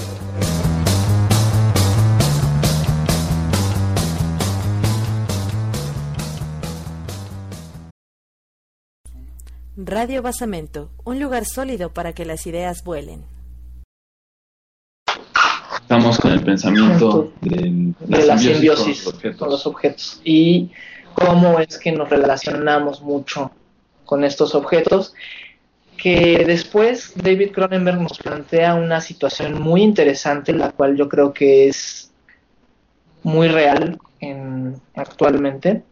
Radio Basamento, un lugar sólido para que las ideas vuelen.
Estamos con el pensamiento de
la simbiosis
con los objetos.
y cómo es que nos relacionamos mucho con estos objetos, que después David Cronenberg nos plantea una situación muy interesante, la cual yo creo que es muy real actualmente,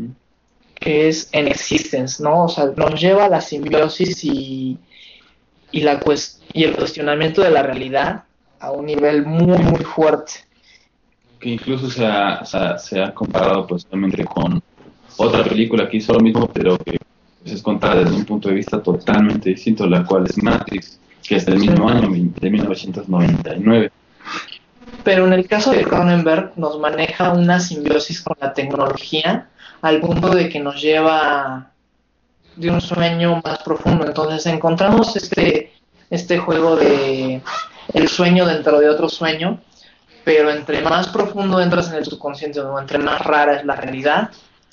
que es en Existence, ¿no? O sea, nos lleva a la simbiosis y el cuestionamiento de la realidad a un nivel muy, muy fuerte.
Que incluso se ha comparado pues obviamente con otra película que hizo lo mismo, pero que pues, es contada desde un punto de vista totalmente distinto, la cual es Matrix, que es del mismo año, de 1999.
Pero en el caso de Cronenberg nos maneja una simbiosis con la tecnología al punto de que nos lleva de un sueño más profundo. Entonces encontramos este juego de el sueño dentro de otro sueño, pero entre más profundo entras en el subconsciente, o entre más rara es la realidad,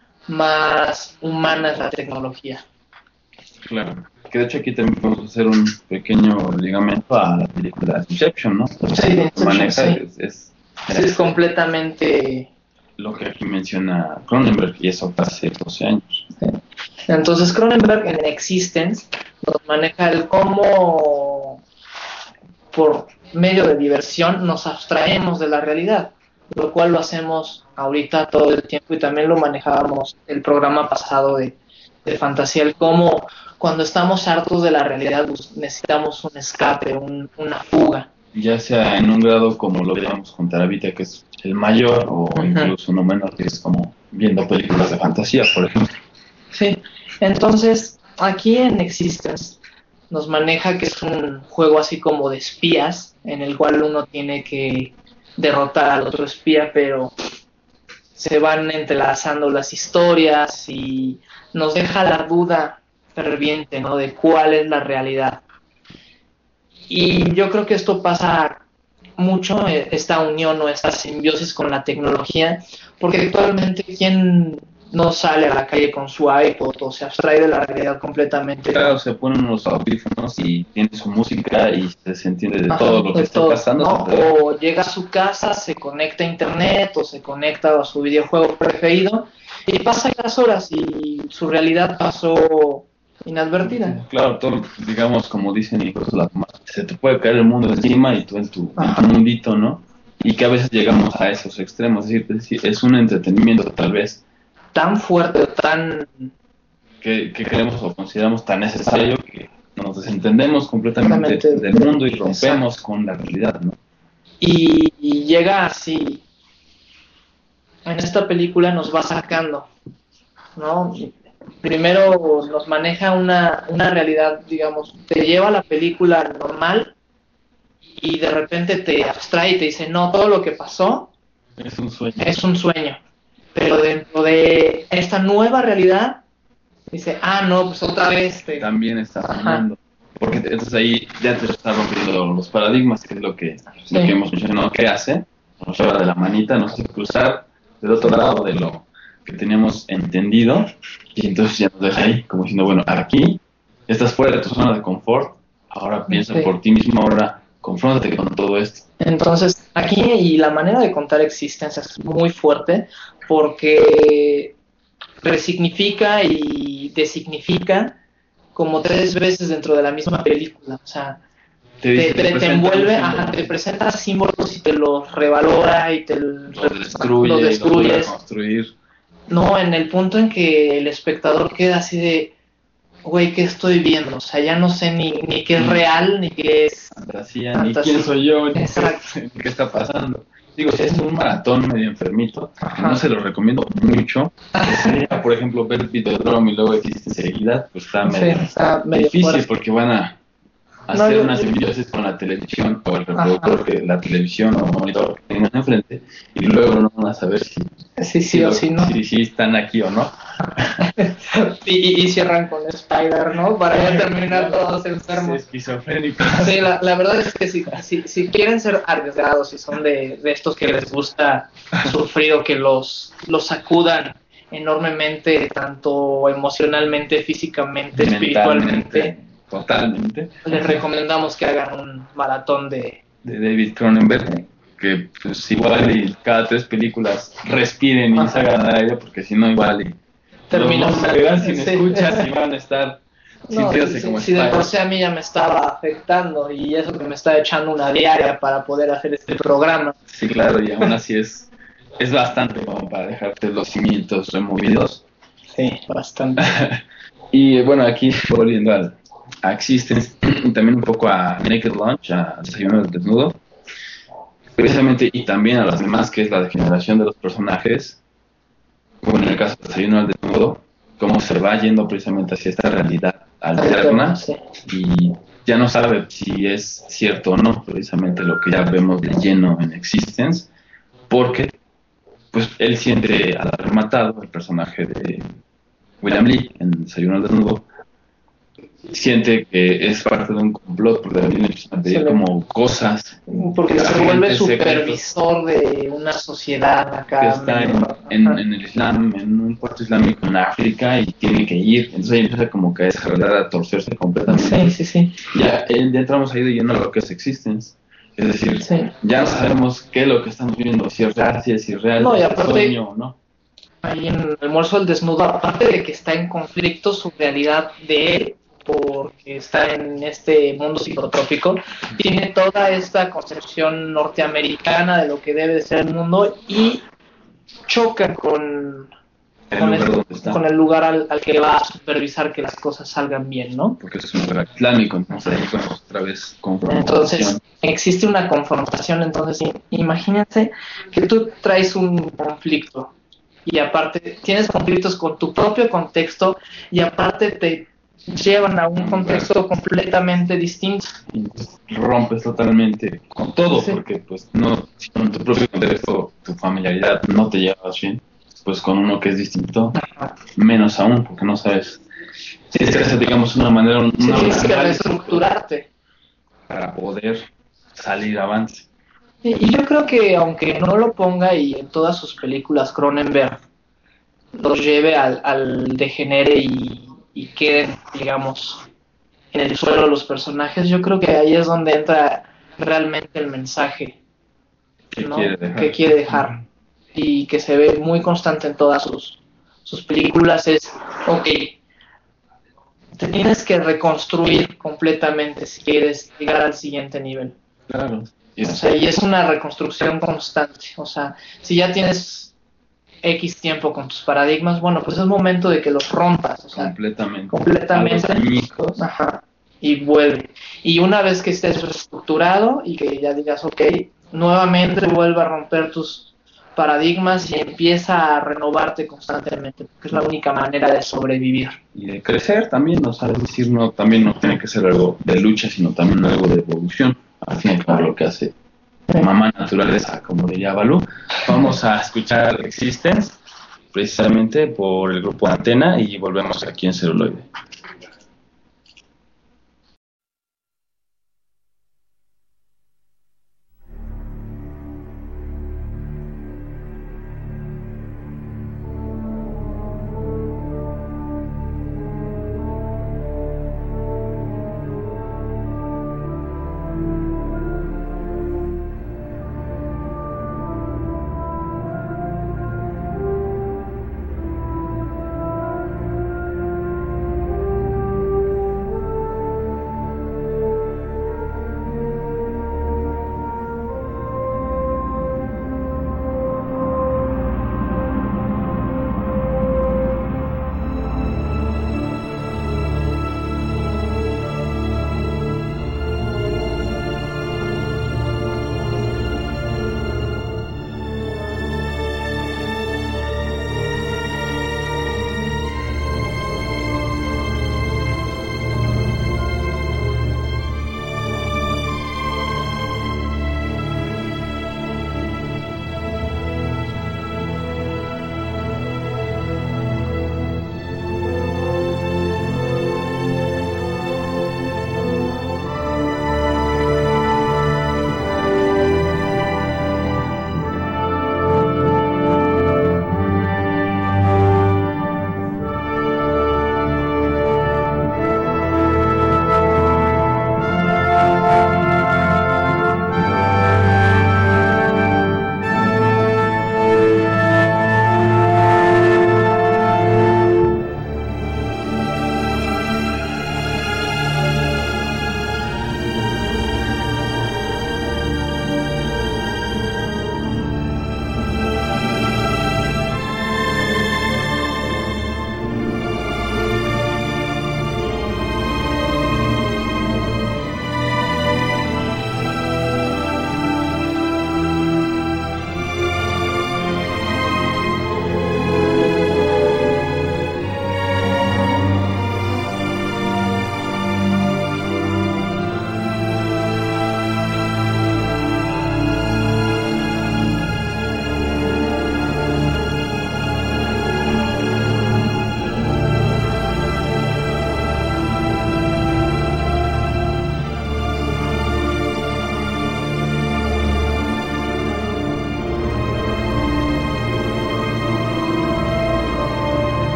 más humana es la tecnología.
Claro, que de hecho aquí también podemos hacer un pequeño ligamento a la película Inception, ¿no?
Sí, Inception,
maneja,
sí.
Es
completamente
lo que aquí menciona Cronenberg, y eso fue hace 12 años.
Sí. Entonces Cronenberg en Existence nos maneja el cómo por medio de diversión nos abstraemos de la realidad, lo cual lo hacemos ahorita todo el tiempo, y también lo manejábamos el programa pasado de fantasía, el cómo cuando estamos hartos de la realidad necesitamos un escape, una fuga.
Ya sea en un grado como lo veíamos con Taravita, que es el mayor, o incluso uno menor, que es como viendo películas de fantasía, por ejemplo.
Sí, entonces aquí en Existence nos maneja que es un juego así como de espías, en el cual uno tiene que derrotar al otro espía, pero se van entrelazando las historias y nos deja la duda ferviente, ¿no?, de cuál es la realidad. Y yo creo que esto pasa mucho, esta unión o esta simbiosis con la tecnología, porque actualmente ¿quién no sale a la calle con su iPod o se abstrae de la realidad completamente?
Claro, se ponen unos audífonos y tiene su música y se entiende de todo lo que está pasando,
¿no? O llega a su casa, se conecta a internet o se conecta a su videojuego preferido y pasa las horas y su realidad pasó inadvertida.
Claro, todo, digamos, como dicen incluso las mamás, se te puede caer el mundo encima y tú en tu mundito, ¿no? Y que a veces llegamos a esos extremos, es decir, es un entretenimiento tal vez
tan fuerte, tan
que creemos o consideramos tan necesario que nos desentendemos completamente del mundo y rompemos exacto con la realidad, ¿no?
Y llega así, en esta película nos va sacando, ¿no? Primero nos maneja una realidad, digamos, te lleva a la película normal y de repente te abstrae y te dice, no, todo lo que pasó
es un sueño.
Es un sueño. Pero dentro de esta nueva realidad, dice, no, pues otra vez.
También está soñando. Porque entonces ahí ya te está rompiendo los paradigmas, que es lo que hemos mencionado que hace. Nos lleva de la manita, nos hace cruzar del otro lado de lo que teníamos entendido, y entonces ya nos deja ahí, como diciendo, bueno, aquí estás fuera de tu zona de confort, ahora piensa por ti mismo, ahora confróntate con todo esto.
Entonces, aquí, y la manera de contar Existence es muy fuerte, porque resignifica y designifica como 3 veces dentro de la misma película. O sea, te envuelve, te presenta símbolos y te los revalora y te los destruye.
Construir.
No, en el punto en que el espectador queda así de, güey, ¿qué estoy viendo? O sea, ya no sé ni qué es real, ni qué es
fantasía, ni quién soy yo, ni qué está pasando. Digo, si es un maratón medio enfermito, no se lo recomiendo mucho. Sería, por ejemplo, ver Videodrome y luego existe enseguida, pues está medio difícil fuerte. Porque van a hacer una simbiosis con la televisión o el reproductor que la televisión o monitor que tengan enfrente, y luego no van a saber si están aquí o no.
y cierran con Spider, ¿no? Para ya terminar todos enfermos.
Esquizofrénicos.
Sí, la verdad es que si quieren ser arriesgados, si son de estos que les gusta sufrir o que los sacudan enormemente, tanto emocionalmente, físicamente, espiritualmente,
totalmente,
les recomendamos que hagan un maratón de
David Cronenberg, que pues igual y cada 3 películas respiren y se hagan a ella, porque si no igual y
terminan
sin escuchas y van a estar sintiéndose como
si de por sí a mí ya me estaba afectando, y eso que me está echando una diaria para poder hacer este programa.
Sí, claro, y aún así es bastante como para dejarte los cimientos removidos.
Sí, bastante.
Y bueno, aquí volviendo a Existence y también un poco a Naked Lunch, a Desayuno del Desnudo, precisamente, y también a las demás, que es la degeneración de los personajes, como en el caso de Desayuno al Desnudo, cómo se va yendo precisamente hacia esta realidad alterna, y ya no sabe si es cierto o no, precisamente lo que ya vemos de lleno en Existence, porque pues él siente, al haber matado el personaje de William Lee en Desayuno al Desnudo, siente que es parte de un complot, porque también empiezan a pedir como cosas,
porque se vuelve supervisor de una sociedad acá
que está en el Islam, en un puerto islámico en África, y tiene que ir. Entonces ahí empieza como que a desarrollar, a torcerse completamente.
Sí.
Ya entramos ahí de lleno a lo que es Existence. Es decir, ya no sabemos qué es lo que estamos viendo, si es real, si es irreal,
no,
si
y
es
aparte,
sueño o no.
Ahí en El Almuerzo del Desnudo, aparte de que está en conflicto su realidad de él, porque está en este mundo psicotrópico, tiene toda esta concepción norteamericana de lo que debe ser el mundo, y choca con el lugar al que va a supervisar que las cosas salgan bien, ¿no?
Porque es un lugar islámico, entonces ahí otra vez confrontación.
Entonces existe una confrontación. Entonces imagínense que tú traes un conflicto, y aparte tienes conflictos con tu propio contexto, y aparte te llevan a un contexto completamente distinto.
Y rompes totalmente con todo, porque pues no, si con tu propio contexto, tu familiaridad no te llevas bien, pues con uno que es distinto, menos aún, porque no sabes si es, digamos, una manera,
tienes que reestructurarte
para poder salir avance.
Y yo creo que aunque no lo ponga, y en todas sus películas Cronenberg los lleve al degenere y queden, digamos, en el suelo los personajes, yo creo que ahí es donde entra realmente el mensaje, ¿no? que quiere dejar, y que se ve muy constante en todas sus películas. Es, ok, te tienes que reconstruir completamente si quieres llegar al siguiente nivel.
Claro.
O sea, y es una reconstrucción constante. O sea, si ya tienes X tiempo con tus paradigmas, bueno, pues es momento de que los rompas, o sea, completamente. Ajá, y vuelve. Y una vez que estés reestructurado y que ya digas, ok, nuevamente vuelve a romper tus paradigmas y empieza a renovarte constantemente, porque es la única manera de sobrevivir.
Y de crecer también, o sea, es decir, también no tiene que ser algo de lucha, sino también algo de evolución. Al fin y al cabo, lo que hace mamá naturaleza, como diría Balú. Vamos a escuchar Existence, precisamente por el grupo Antena, y volvemos aquí en Celuloide.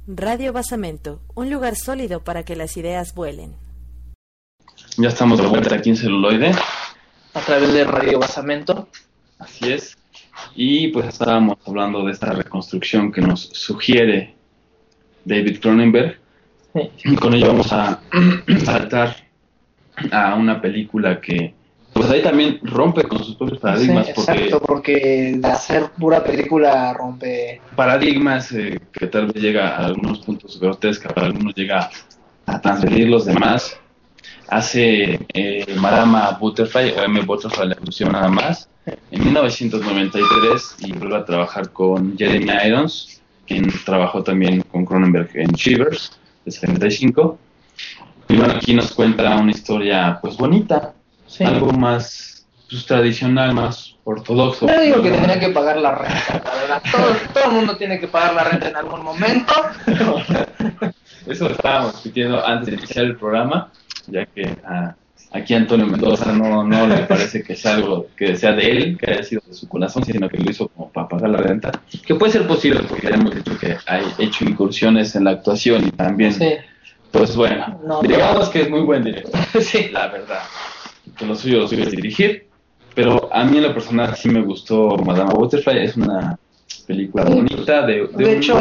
Radio Basamento, un lugar sólido para que las ideas vuelen.
Ya estamos de vuelta aquí en Celuloide.
A través de Radio Basamento.
Así es. Y pues estábamos hablando de esta reconstrucción que nos sugiere David Cronenberg.
Sí.
Y con ello vamos a saltar a una película que pues ahí también rompe con sus propios paradigmas.
Sí, exacto, porque de hacer pura película rompe
paradigmas que tal vez llega a algunos puntos grotescos, para algunos llega a transgredir los demás. Hace Madame Butterfly, o M. Butterfly, la evolución nada más, en 1993, y vuelve a trabajar con Jeremy Irons, quien trabajó también con Cronenberg en Shivers, de 75. Y bueno, aquí nos cuenta una historia pues bonita, sí, algo más pues, tradicional, más ortodoxo.
Yo digo que tenía que pagar la renta, la verdad. Todo el mundo tiene que pagar la renta en algún momento.
Eso lo estábamos discutiendo antes de iniciar el programa, ya que aquí a Antonio Mendoza no le parece que sea algo que sea de él, que haya sido de su corazón, sino que lo hizo como para pagar la renta, que puede ser posible porque ya hemos dicho que ha hecho incursiones en la actuación y también, sí, pues bueno, digamos que es muy buen director, sí, la verdad, que lo suyo es dirigir, pero a mí en lo personal sí me gustó Madame Butterfly. Es una película bonita de
hecho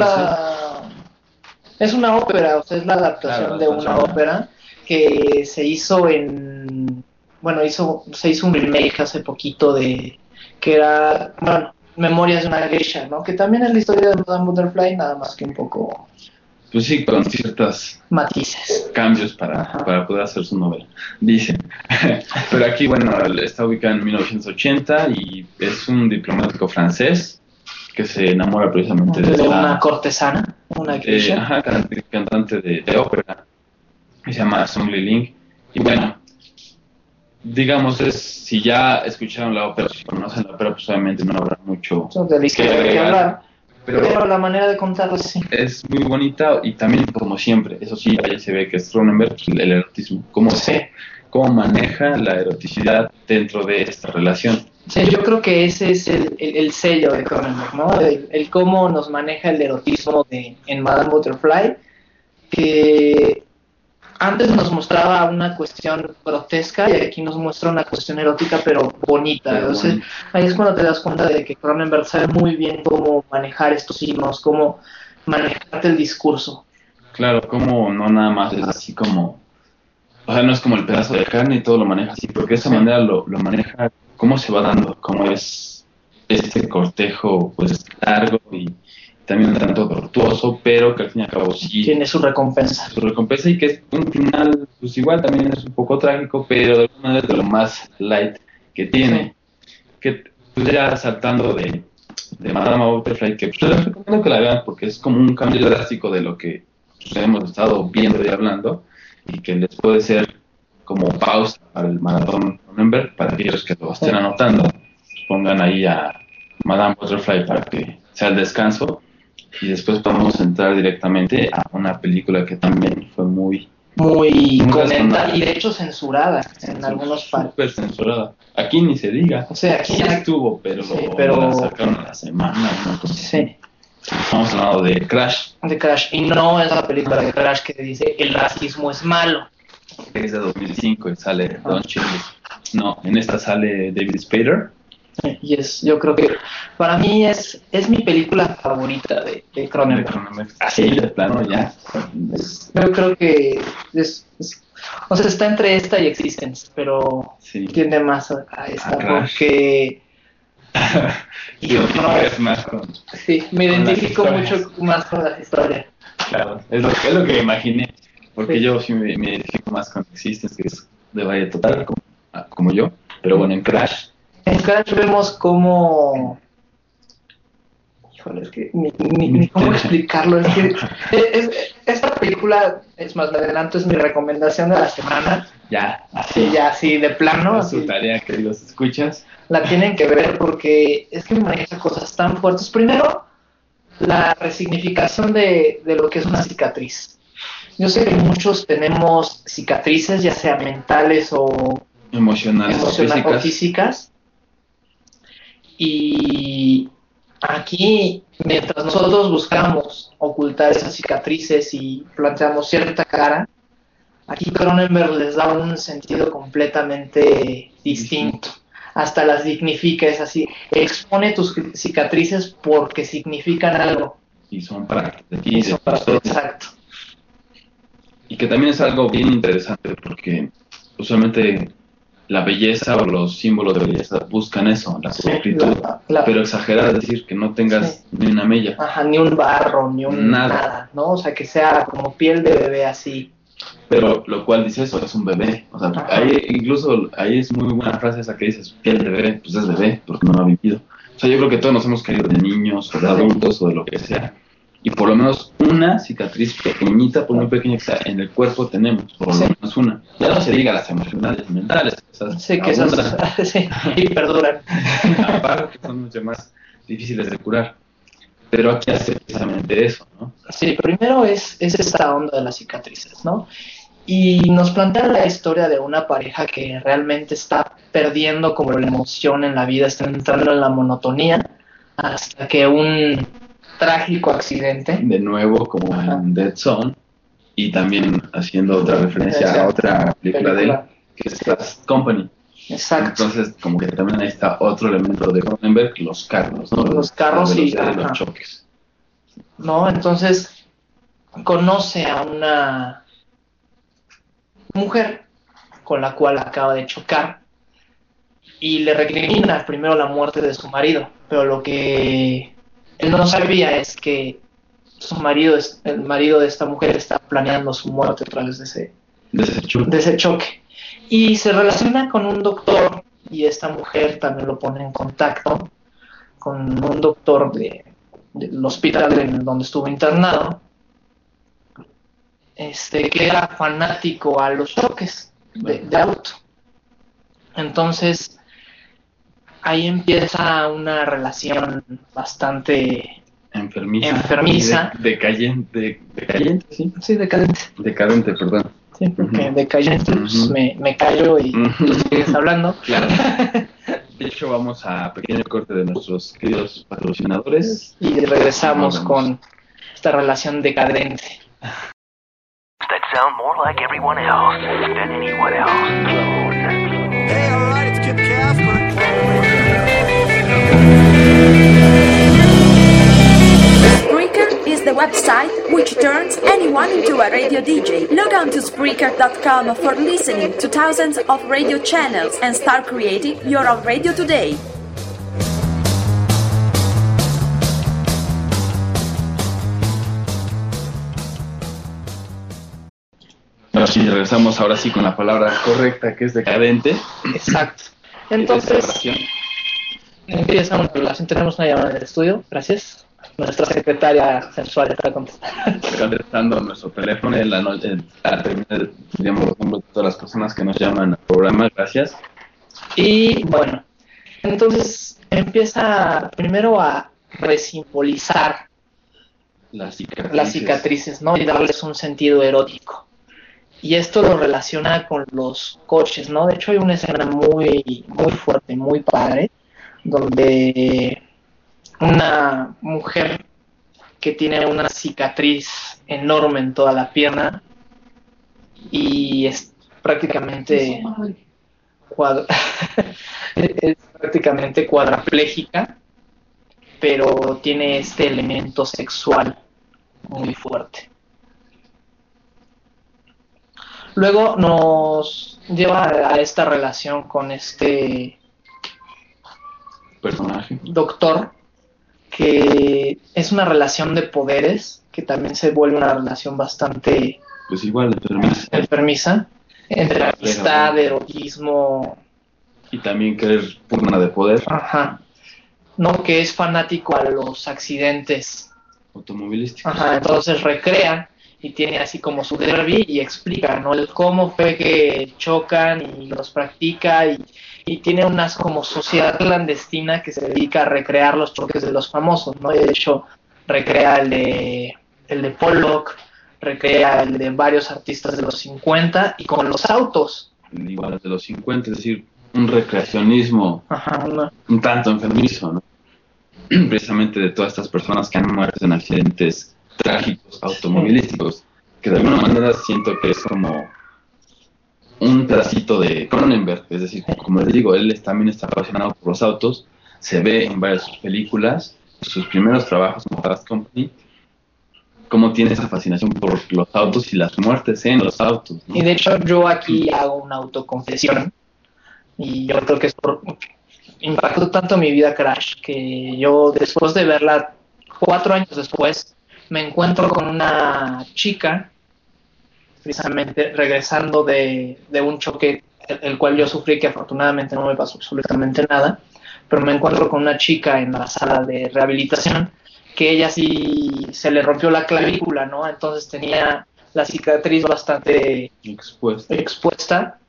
es una ópera, o sea, es la adaptación de una ópera que se hizo se hizo un remake hace poquito que era, Memorias de una geisha, ¿no? Que también es la historia de Madame Butterfly, nada más que un poco,
pues sí, con ciertas
matices,
cambios para poder hacer su novela, dicen. Pero aquí, bueno, está ubicada en 1980 y es un diplomático francés que se enamora precisamente de
una cortesana, una geisha,
cantante de ópera, que se llama Song Li-Ling. Y bueno, digamos, si ya escucharon la ópera, si conocen la ópera, pues obviamente no habrá mucho
de la historia que hablar, pero la manera de contarlo sí
es muy bonita. Y también, como siempre, eso sí, ahí se ve que es Cronenberg, el erotismo, cómo maneja la eroticidad dentro de esta relación.
Sí, yo creo que ese es el sello de Cronenberg, ¿no? El cómo nos maneja el erotismo en Madame Butterfly, que antes nos mostraba una cuestión grotesca y aquí nos muestra una cuestión erótica pero bonita. Entonces ahí es cuando te das cuenta de que Cronenberg sabe muy bien cómo manejar estos signos, cómo manejarte el discurso.
Claro, como no nada más es así como, o sea, no es como el pedazo de carne y todo lo maneja así, porque de esa manera lo maneja, cómo se va dando, cómo es este cortejo pues largo y también un tanto tortuoso, pero que al fin y al cabo sí
tiene su recompensa.
Y que es un final, pues igual también es un poco trágico, pero de alguna manera de lo más light que tiene. Sí. Que pues ya saltando de Madame Butterfly, que pues les recomiendo que la vean porque es como un cambio drástico de lo que pues, hemos estado viendo y hablando, y que les puede ser como pausa para el maratón Cronenberg, para aquellos que lo estén anotando, pues pongan ahí a Madame Butterfly para que sea el descanso. Y después podemos entrar directamente a una película que también fue muy
conectada y de hecho censurada en algunos partes.
Súper censurada. Aquí ni se diga.
O sea, aquí
sí estuvo, pero la sacaron a la semana. ¿No?
Sí.
Estamos hablando de Crash.
De Crash. Y no es la película de Crash que dice el racismo es malo.
Es de 2005 y sale Don Cheadle. No, en esta sale David Spader.
Y yo creo que para mí es mi película favorita de Cronenberg.
Así de plano ya.
Yo creo que o sea, está entre esta y Existence, pero tiende más a esta porque me identifico mucho más con las historias.
Claro, es lo que me imaginé, porque yo sí me identifico más con Existence, que es de Valle Total, como yo, pero bueno, en Crash
vemos cómo... Híjole, es que ni cómo explicarlo. Es que esta película, es más, me adelanto, es mi recomendación de la semana.
Ya,
así de plano.
Es su tarea, queridos escuchas.
La tienen que ver porque es que maneja cosas tan fuertes. Primero, la resignificación de lo que es una cicatriz. Yo sé que muchos tenemos cicatrices, ya sea mentales o
emocionales o físicas.
Y aquí, mientras nosotros buscamos ocultar esas cicatrices y planteamos cierta cara, aquí Cronenberg les da un sentido completamente distinto. Hasta las dignifica, es así. Expone tus cicatrices porque significan algo.
Y son para de ti, de
Para-
nosotros.
exacto.
Y que también es algo bien interesante porque usualmente la belleza o los símbolos de belleza buscan eso, la pulcritud, pero exagerar, es decir, que no tengas ni una mella.
Ajá, ni un barro, ni un
Nada.
nada, ¿no? O sea, que sea como piel de bebé así.
Pero lo cual dice eso, es un bebé. O sea,
Ajá.
ahí, incluso ahí es muy buena frase esa que dices, piel de bebé, pues es bebé, porque no ha vivido. O sea, yo creo que todos nos hemos querido de niños o de adultos o de lo que sea. Y por lo menos una cicatriz pequeñita, por muy pequeña que sea, en el cuerpo tenemos, por lo
Sí.
menos una. Ya no se diga las emocionales, mentales, esas
Sí, que esas
abundan.
sí, y perduran.
Aparte, son mucho más difíciles de curar. Pero aquí hace precisamente eso, ¿no?
Sí, primero es esta onda de las cicatrices, ¿no? Y nos plantea la historia de una pareja que realmente está perdiendo como la emoción en la vida, está entrando en la monotonía, hasta que un trágico accidente,
De nuevo, como
Ajá.
en Dead Zone, y también haciendo otra referencia a otra película de él, que es Fast Company.
exacto,
Entonces, como que también ahí está otro elemento de Cronenberg, los carros, ¿no?
Los carros
La
y-
velocidad de
ajá.
los choques.
¿no? Entonces conoce a una mujer con la cual acaba de chocar y le recrimina primero la muerte de su marido, pero lo que él no sabía es que su marido, el marido de esta mujer, está planeando su muerte a través
De ese choque.
de ese choque. Y se relaciona con un doctor y esta mujer también lo pone en contacto con un doctor del hospital en donde estuvo internado, que era fanático a los choques de auto. Entonces ahí empieza una relación bastante enfermiza.
Decayente, sí.
Sí, decadente.
Decadente, perdón.
Sí, porque
Ujú.
decayente, pues
Ujú.
me callo y
Ujú.
tú sigues hablando.
Claro. De hecho, vamos a pequeño corte de nuestros queridos patrocinadores.
Y regresamos
Nos vemos.
con esta relación decadente.
That sound more like everyone else than anyone else. Clone.
Hey, alright, it's Kip Casper.
Spreaker is the website which turns anyone into a radio DJ. Log on to Spreaker.com for listening to thousands of radio channels and start creating your own radio today.
Sí, regresamos ahora sí con la palabra correcta, que es decadente.
Exacto.
Esa
Entonces
relación.
empieza una relación. Tenemos una llamada en el estudio. Gracias. Nuestra secretaria sensual está contestando.
Contestando nuestro teléfono en la noche, al terminar, digamos, los nombres de todas las personas que nos llaman al programa, gracias.
Y bueno, entonces empieza primero a resimbolizar
Las cicatrices.
las cicatrices, ¿no? Y darles un sentido erótico. Y esto lo relaciona con los coches, ¿no? De hecho hay una escena muy, muy fuerte, muy padre, donde una mujer que tiene una cicatriz enorme en toda la pierna y es prácticamente es prácticamente cuadraplégica, pero tiene este elemento sexual muy fuerte. Luego nos lleva a esta relación con este
Personaje.
doctor, que es una relación de poderes, que también se vuelve una relación bastante
Pues igual,
enfermiza, entre amistad, erotismo,
y también querer pugna de poder
ajá, no, que es fanático a los accidentes,
automovilístico.
ajá, entonces recrea y tiene así como su derby y explica, ¿no? El cómo fue que chocan y los practica y tiene una como sociedad clandestina que se dedica a recrear los choques de los famosos, ¿no? Y de hecho recrea el de Pollock, recrea el de varios artistas de los 50 y con los autos.
Igual de los 50, es decir, un recreacionismo
Ajá, no.
un tanto enfermizo, ¿no? precisamente de todas estas personas que han muerto en accidentes trágicos automovilísticos, que de alguna manera siento que es como un pedacito de Cronenberg, es decir, como les digo, él también está apasionado por los autos, se ve en varias de sus películas, sus primeros trabajos como Fast Company, cómo tiene esa fascinación por los autos y las muertes en los autos, ¿no?
Y de hecho yo aquí hago una autoconfesión, y yo creo que es por impactó tanto mi vida Crash, que yo después de verla 4 años después, me encuentro con una chica, precisamente regresando de un choque el cual yo sufrí, que afortunadamente no me pasó absolutamente nada, pero me encuentro con una chica en la sala de rehabilitación que ella sí se le rompió la clavícula, ¿no? Entonces tenía la cicatriz bastante expuesta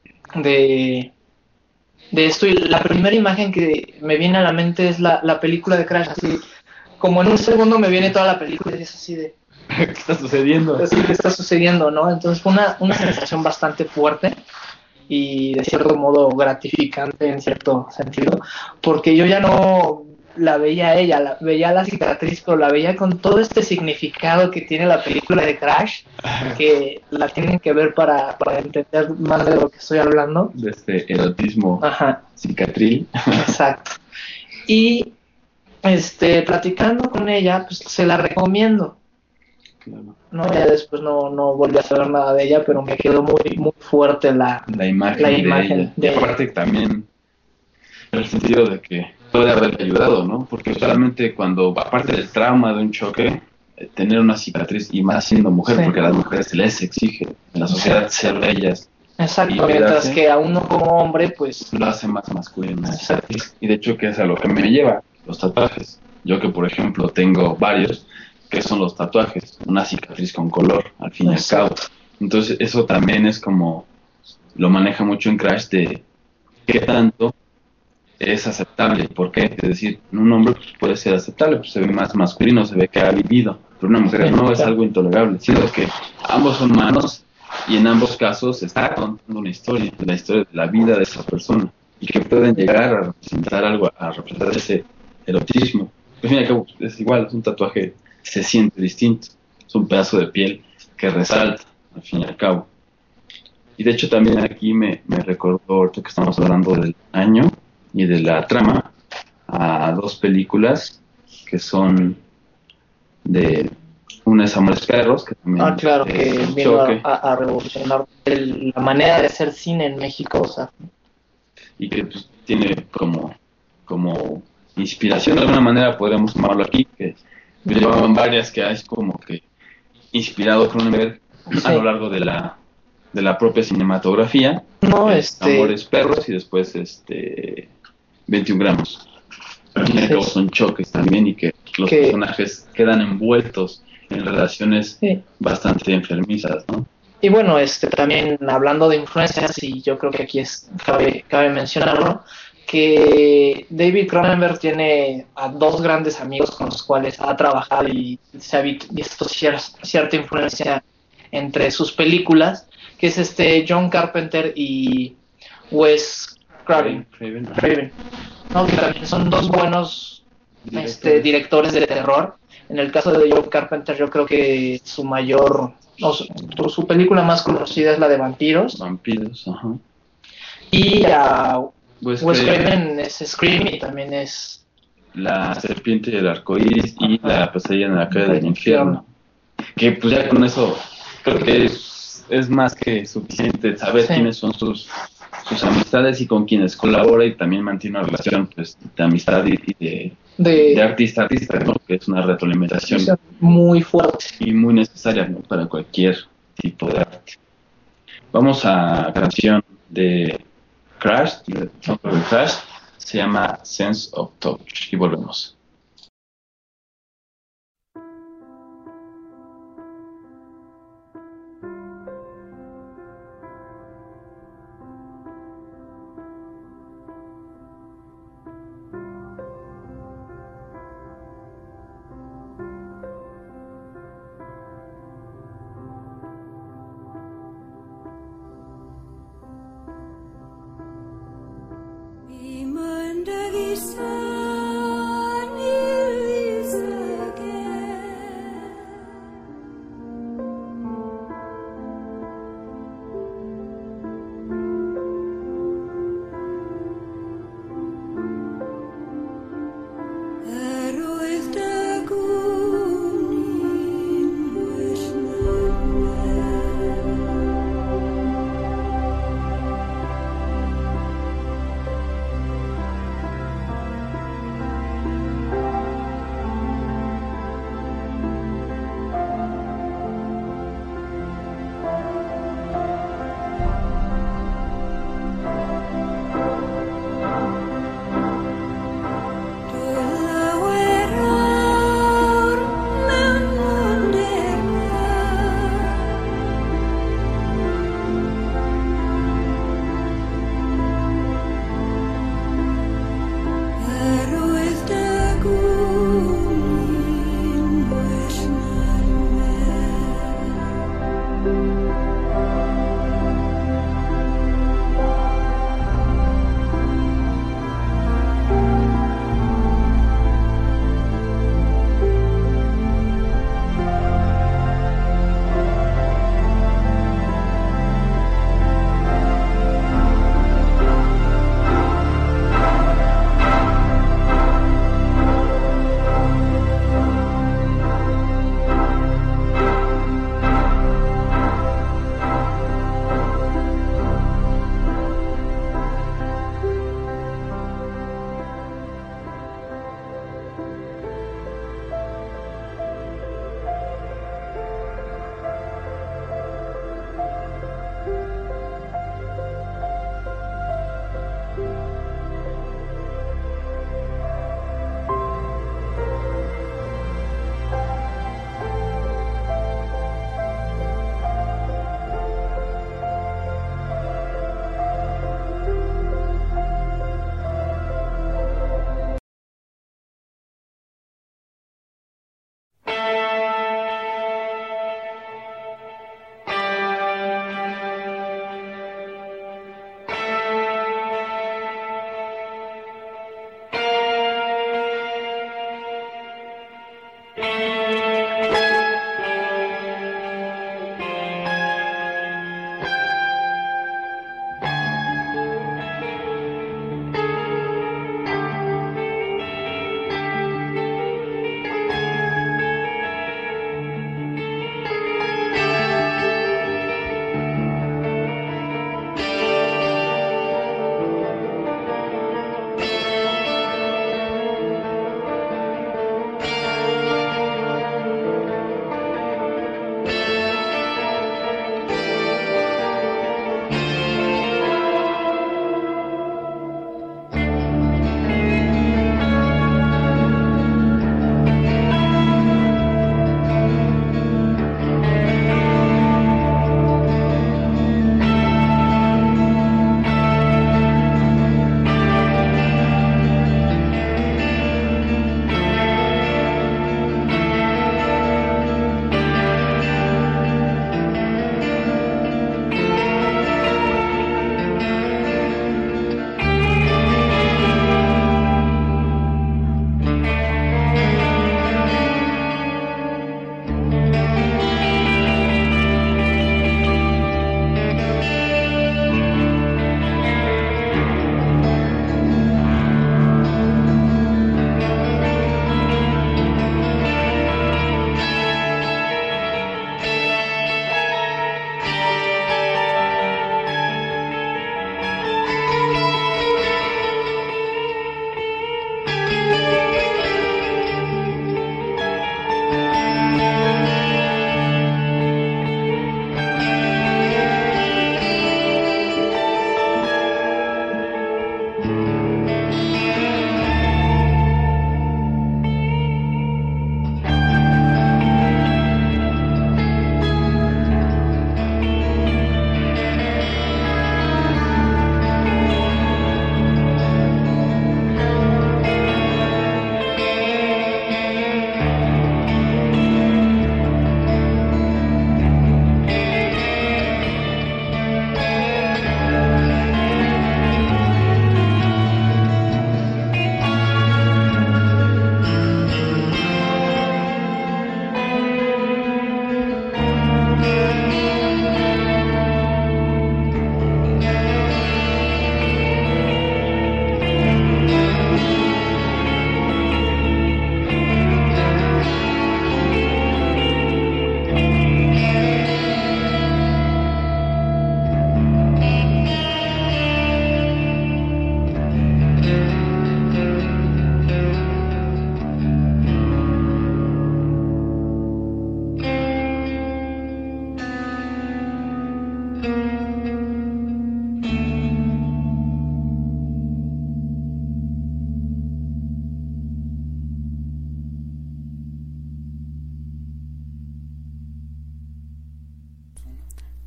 de esto, y la primera imagen que me viene a la mente es la película de Crash, así como en un segundo me viene toda la película y es así de
¿qué está sucediendo?
Así que está sucediendo, ¿no? Entonces fue una sensación bastante fuerte y de cierto modo gratificante en cierto sentido, porque yo ya no la veía a ella, veía la cicatriz, pero la veía con todo este significado que tiene la película de Crash, que la tienen que ver para entender más de lo que estoy hablando.
De este erotismo cicatril.
Exacto. Y platicando con ella, pues se la recomiendo.
Claro.
No, ya después no volví a saber nada de ella, pero me quedó muy muy fuerte la imagen
de ella. Y aparte también en el sentido de que puede haberle ayudado, ¿no? Porque realmente cuando, aparte del trauma de un choque, tener una cicatriz, y más siendo mujer, sí, porque a las mujeres se les exige en la sociedad ser bellas.
Exacto, mientras que a uno como hombre, pues
lo hace más masculino. Exacto. Y de hecho, que es a lo que me lleva los tatuajes. Yo que, por ejemplo, tengo varios, que son los tatuajes, una cicatriz con color, al fin y al cabo. Entonces, eso también es como, lo maneja mucho en Crash, de qué tanto es aceptable. ¿Por qué? Es decir, un hombre pues, puede ser aceptable, pues se ve más masculino, se ve que ha vivido, pero una mujer no, es algo intolerable, sino que ambos son humanos y en ambos casos se está contando una historia, la historia de la vida de esa persona, y que pueden llegar a representar algo, a representar ese erotismo. Al fin y al cabo es igual, es un tatuaje, se siente distinto, es un pedazo de piel que resalta, al fin y al cabo. Y de hecho también aquí me recordó, ahorita que estamos hablando del año y de la trama, a 2 películas que son de, una es Amores Perros, que también
claro, que vino a revolucionar la manera de hacer cine en México, o sea.
Y que pues, tiene como inspiración, de alguna manera podríamos tomarlo aquí, que llevaban varias que es como que inspirado Cronenberg a lo largo de la propia cinematografía. Amores Perros y después 21 gramos. Que son choques también, y que los personajes quedan envueltos en relaciones bastante enfermizas, ¿no?
Y bueno, también hablando de influencias, y yo creo que aquí cabe mencionarlo, que David Cronenberg tiene a 2 grandes amigos con los cuales ha trabajado y se ha visto cierta influencia entre sus películas, que es John Carpenter y Wes Craven. No, que también son 2 buenos directores de terror. En el caso de John Carpenter, yo creo que su película más conocida es la de Vampiros.
Ajá.
Y a Wes Craven es Scream, y también es
La Serpiente del Arcoíris y La Pesadilla en la Calle del Infierno. Que pues ya con eso creo que es más que suficiente saber quiénes son sus amistades y con quienes colabora, y también mantiene una relación pues de amistad y de artista a artista, ¿no? Que es una retroalimentación
muy fuerte
y muy necesaria, ¿no? Para cualquier tipo de arte. Vamos a la canción de Crash, se llama Sense of Touch, y volvemos.
Wie man da gießt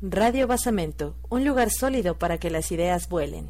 Radio Basamento, un lugar sólido para que las ideas vuelen.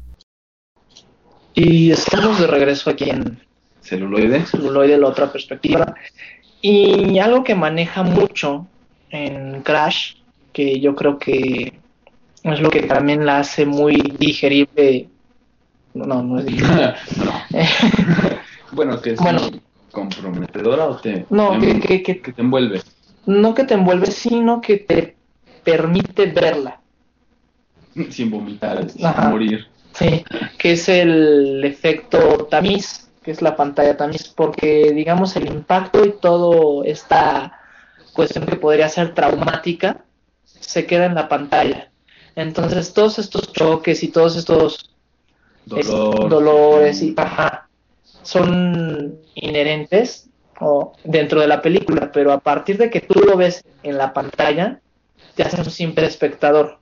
Y estamos de regreso aquí en
Celuloide.
Celuloide, la otra perspectiva. Y algo que maneja mucho en Crash, que yo creo que es lo que también la hace muy digerible. No es digerible.
Bueno, que es
Bueno.
comprometedora o te
Que
te envuelve.
no que te envuelve, sino que te permite verla.
Sin vomitar, sin
Ajá.
morir.
Sí, que es el efecto tamiz, que es la pantalla tamiz, porque digamos el impacto y todo esta cuestión que podría ser traumática se queda en la pantalla. Entonces todos estos choques y todos estos dolores y son inherentes o dentro de la película, pero a partir de que tú lo ves en la pantalla, te haces un simple espectador.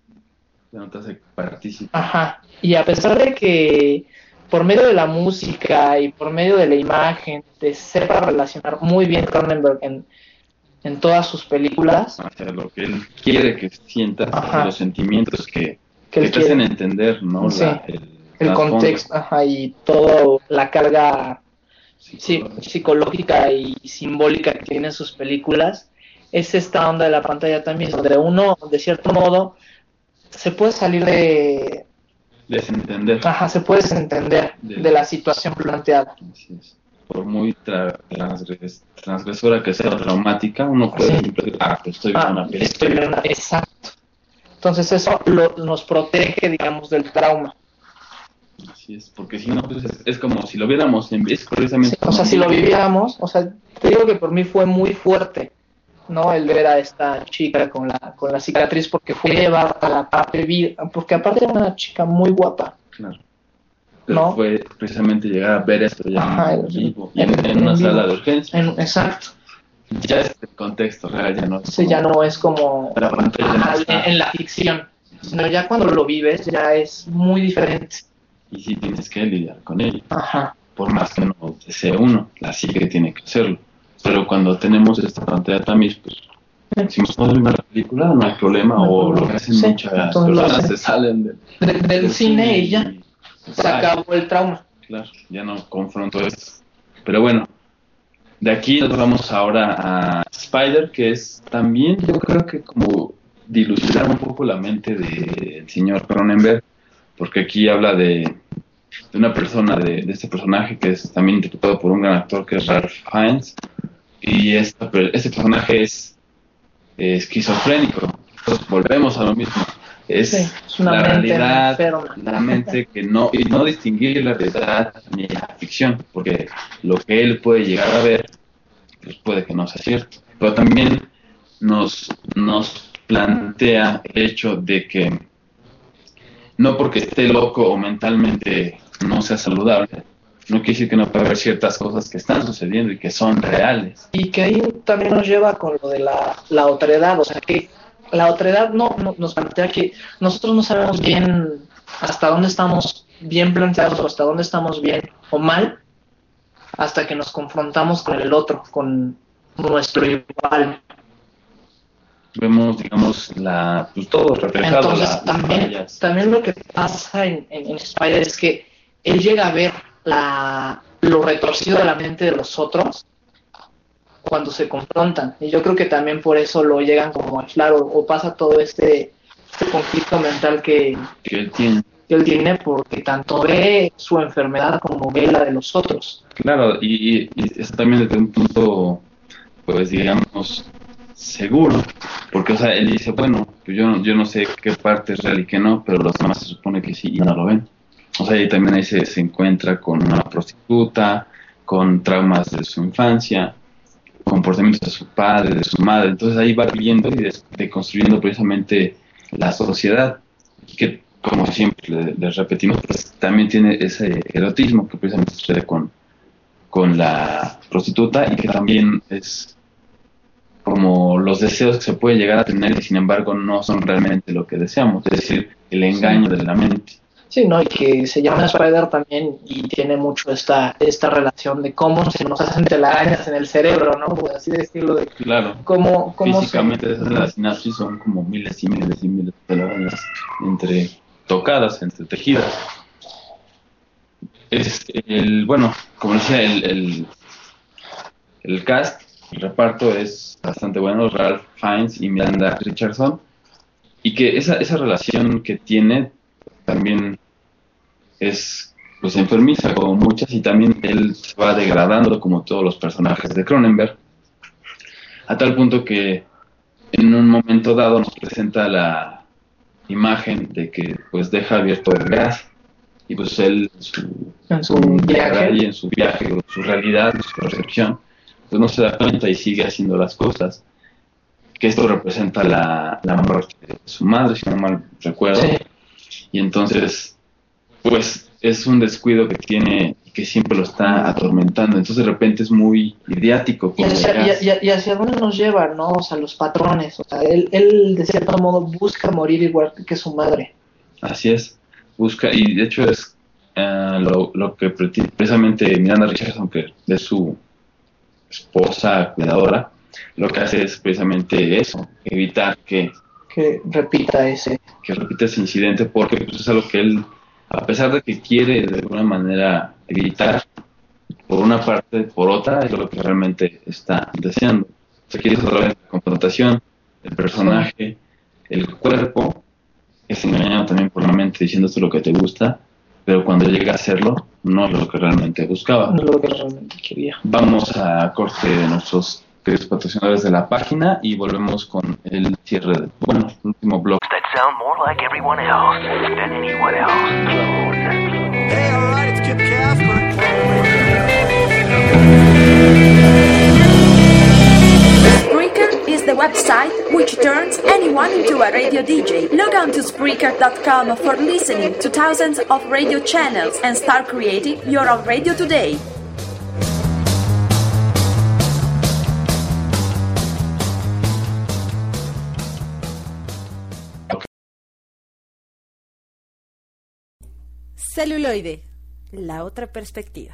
Ya no te hace partícipe.
Ajá. Y a pesar de que por medio de la música y por medio de la imagen te sepa relacionar muy bien Cronenberg en todas sus películas,
O sea, lo que él quiere que sientas,
Ajá.
los sentimientos que
él
te hacen
quiere.
entender, ¿no?
Sí.
El
El
trasfondo
contexto, y toda la carga
psicológico.
psicológica y simbólica que tienen sus películas, es esta onda de la pantalla también, donde uno, de cierto modo, se puede salir de...
Desentender.
se puede desentender de la situación planteada.
Así es. Por muy transgresora que sea, traumática, uno puede
Sí.
siempre decir, pues estoy viendo una película.
Estoy viendo exacto. Entonces eso nos protege, digamos, del trauma.
Así es, porque si no, pues es como si lo viéramos en vez, precisamente.
Sí, o sea, si lo viviéramos, te digo que por mí fue muy fuerte, ¿no? El ver a esta chica con la cicatriz, porque fue llevar a la parte porque aparte era una chica muy guapa.
Claro. Pero
¿No?
fue precisamente llegar a ver esto ya en vivo, y en una
vivo.
sala de urgencia.
Exacto.
Ya es el contexto real, ya no es
Sí, ya no es como
la pantalla no está.
en la ficción, sino ya cuando lo vives ya es muy diferente.
Y sí tienes que lidiar con ello.
Ajá.
Por más que no desee uno, la psique tiene que hacerlo. Pero cuando tenemos esta pantalla tamiz, pues decimos, ¿puedo ver la película? No hay problema. O lo que hacen
Sí,
muchas
entonces lo
personas,
hacen.
se salen
Del cine y ya se acabó el trauma.
Claro, ya no confronto eso. Pero bueno, de aquí nos vamos ahora a Spider, que es también, yo creo que como dilucidar un poco la mente del señor Cronenberg, porque aquí habla de una persona, de este personaje que es también interpretado por un gran actor que es Ralph Fiennes, y este personaje es esquizofrénico. Entonces volvemos a lo mismo. Es
una
la
mente
realidad,
enferma.
la mente que no distinguir la realidad ni la ficción, porque lo que él puede llegar a ver, pues puede que no sea cierto. Pero también nos plantea el hecho de que no porque esté loco o mentalmente no sea saludable, no quiere decir que no puede haber ciertas cosas que están sucediendo y que son reales.
Y que ahí también nos lleva con lo de la otredad, o sea que la otredad no nos plantea que nosotros no sabemos bien hasta dónde estamos bien planteados o hasta dónde estamos bien o mal, hasta que nos confrontamos con el otro, con nuestro igual.
Vemos, digamos, pues todo reflejado.
Entonces también lo que pasa en Spider es que él llega a ver lo retorcido de la mente de los otros cuando se confrontan, y yo creo que también por eso lo llegan como a aislar o pasa todo este conflicto mental que
él tiene.
Porque tanto ve su enfermedad como ve la de los otros.
Claro, y eso también desde un punto, pues digamos, seguro, porque, o sea, él dice, bueno, pues yo no sé qué parte es real y qué no, pero los demás se supone que sí y no lo ven. O sea, y también ahí se encuentra con una prostituta, con traumas de su infancia, comportamientos de su padre, de su madre. Entonces ahí va viendo y deconstruyendo precisamente la sociedad, que como siempre les repetimos, pues también tiene ese erotismo que precisamente sucede con la prostituta, y que también es como los deseos que se puede llegar a tener y sin embargo no son realmente lo que deseamos, es decir, el engaño de la mente.
Sí, ¿no? Y que se llama Spider también y tiene mucho esta relación de cómo se nos hacen telarañas en el cerebro, ¿no? Por así decirlo, de
Claro.
cómo
Físicamente las sinapsis son como miles y miles y miles de telarañas entre tocadas, entre tejidas. Es bueno, como decía, el cast, el reparto es bastante bueno, Ralph Fiennes y Miranda Richardson, y que esa relación que tiene también es pues enfermiza como muchas, y también él se va degradando como todos los personajes de Cronenberg, a tal punto que en un momento dado nos presenta la imagen de que pues deja abierto el gas, y pues él
en su viaje,
y en su viaje, en su realidad, en su percepción, pues no se da cuenta y sigue haciendo las cosas. Que esto representa la muerte de su madre, si no mal recuerdo.
Sí.
Y entonces, pues es un descuido que tiene y que siempre lo está atormentando. Entonces de repente es muy idiático.
Y hacia dónde nos lleva, ¿no? O sea, los patrones. O sea, él de cierto modo busca morir igual que su madre.
Así es. Busca, y de hecho es lo que precisamente Miranda Richardson, que es su esposa cuidadora, lo que hace es precisamente eso, evitar que
repita ese
incidente, porque pues, es algo que él, a pesar de que quiere de alguna manera evitar, por una parte, por otra, es lo que realmente está deseando. O sea, quiere otra vez la confrontación, el personaje, el cuerpo, es engañado también por la mente diciendo esto es lo que te gusta, pero cuando llega a hacerlo, no es lo que realmente buscaba.
No es lo que realmente quería.
Vamos a corte de nuestros queridos patrocinadores de la página y volvemos con el cierre, el último blog.
That sound more like everyone else than anyone else. Clone.
Hey, alright, it's Kip Casper.
Spreaker is the website which turns anyone into a radio DJ. Log on to Spreaker.com for listening to thousands of radio channels and start creating your own radio today.
Celuloide, la otra perspectiva.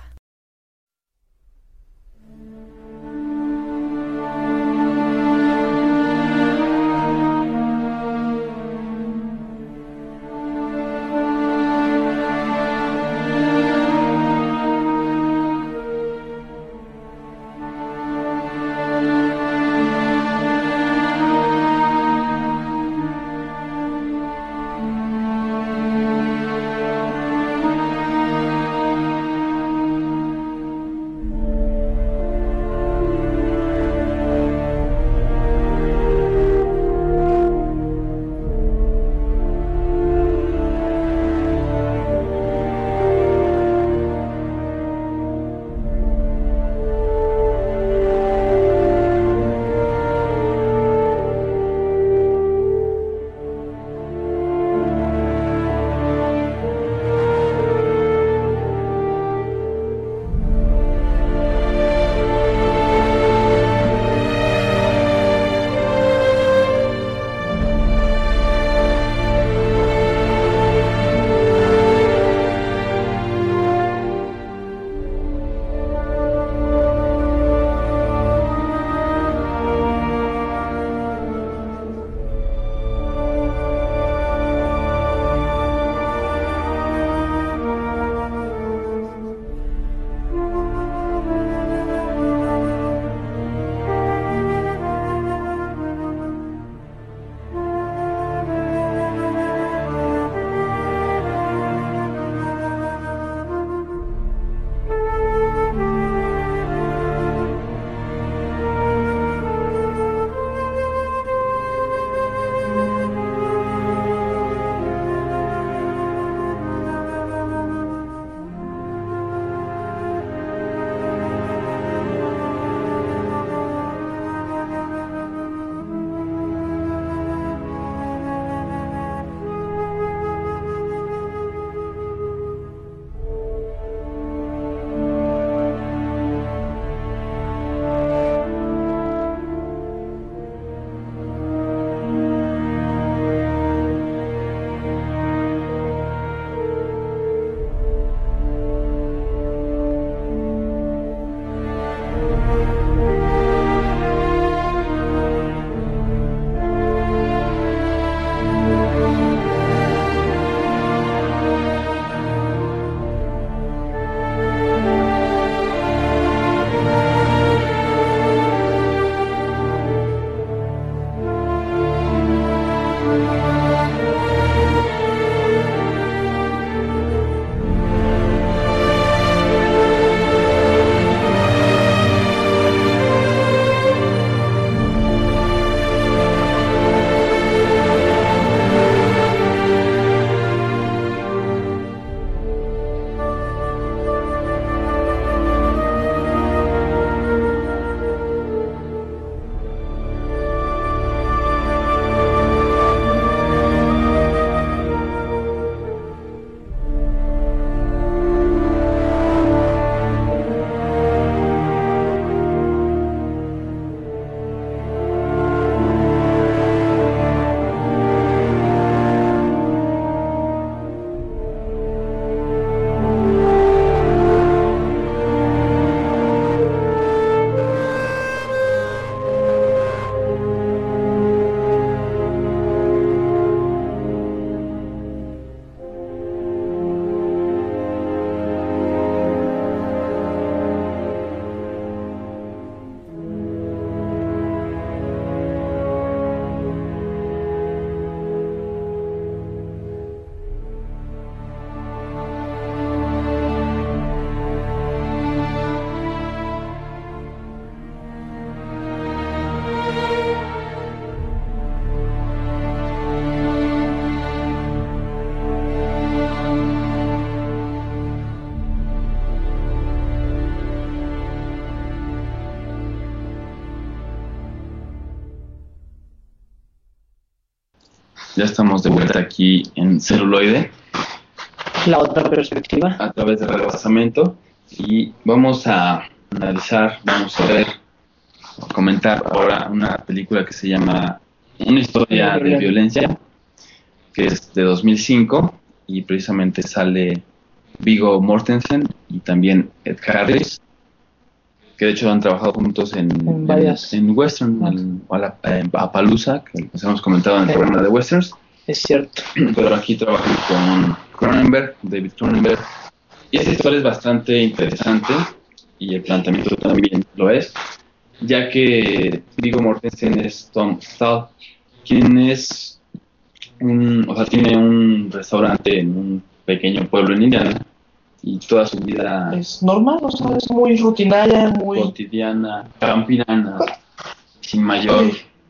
Ya estamos de vuelta aquí en Celuloide
La otra perspectiva.
a través de Radio Basamento y vamos a analizar, vamos a ver, a comentar ahora una película que se llama Una historia de violencia, que es de 2005 y precisamente sale Viggo Mortensen y también Ed Harris, que de hecho han trabajado juntos en Western, en Appaloosa, que les hemos comentado en el programa de Westerns.
Es cierto.
Pero aquí trabajan con Cronenberg, David Cronenberg, y esta historia es bastante interesante y el planteamiento también lo es, ya que Viggo Mortensen es Tom Stahl, quien es tiene un restaurante en un pequeño pueblo en Indiana y toda su vida
Es normal, o sea, es muy rutinaria, muy
cotidiana, campirana, sin mayor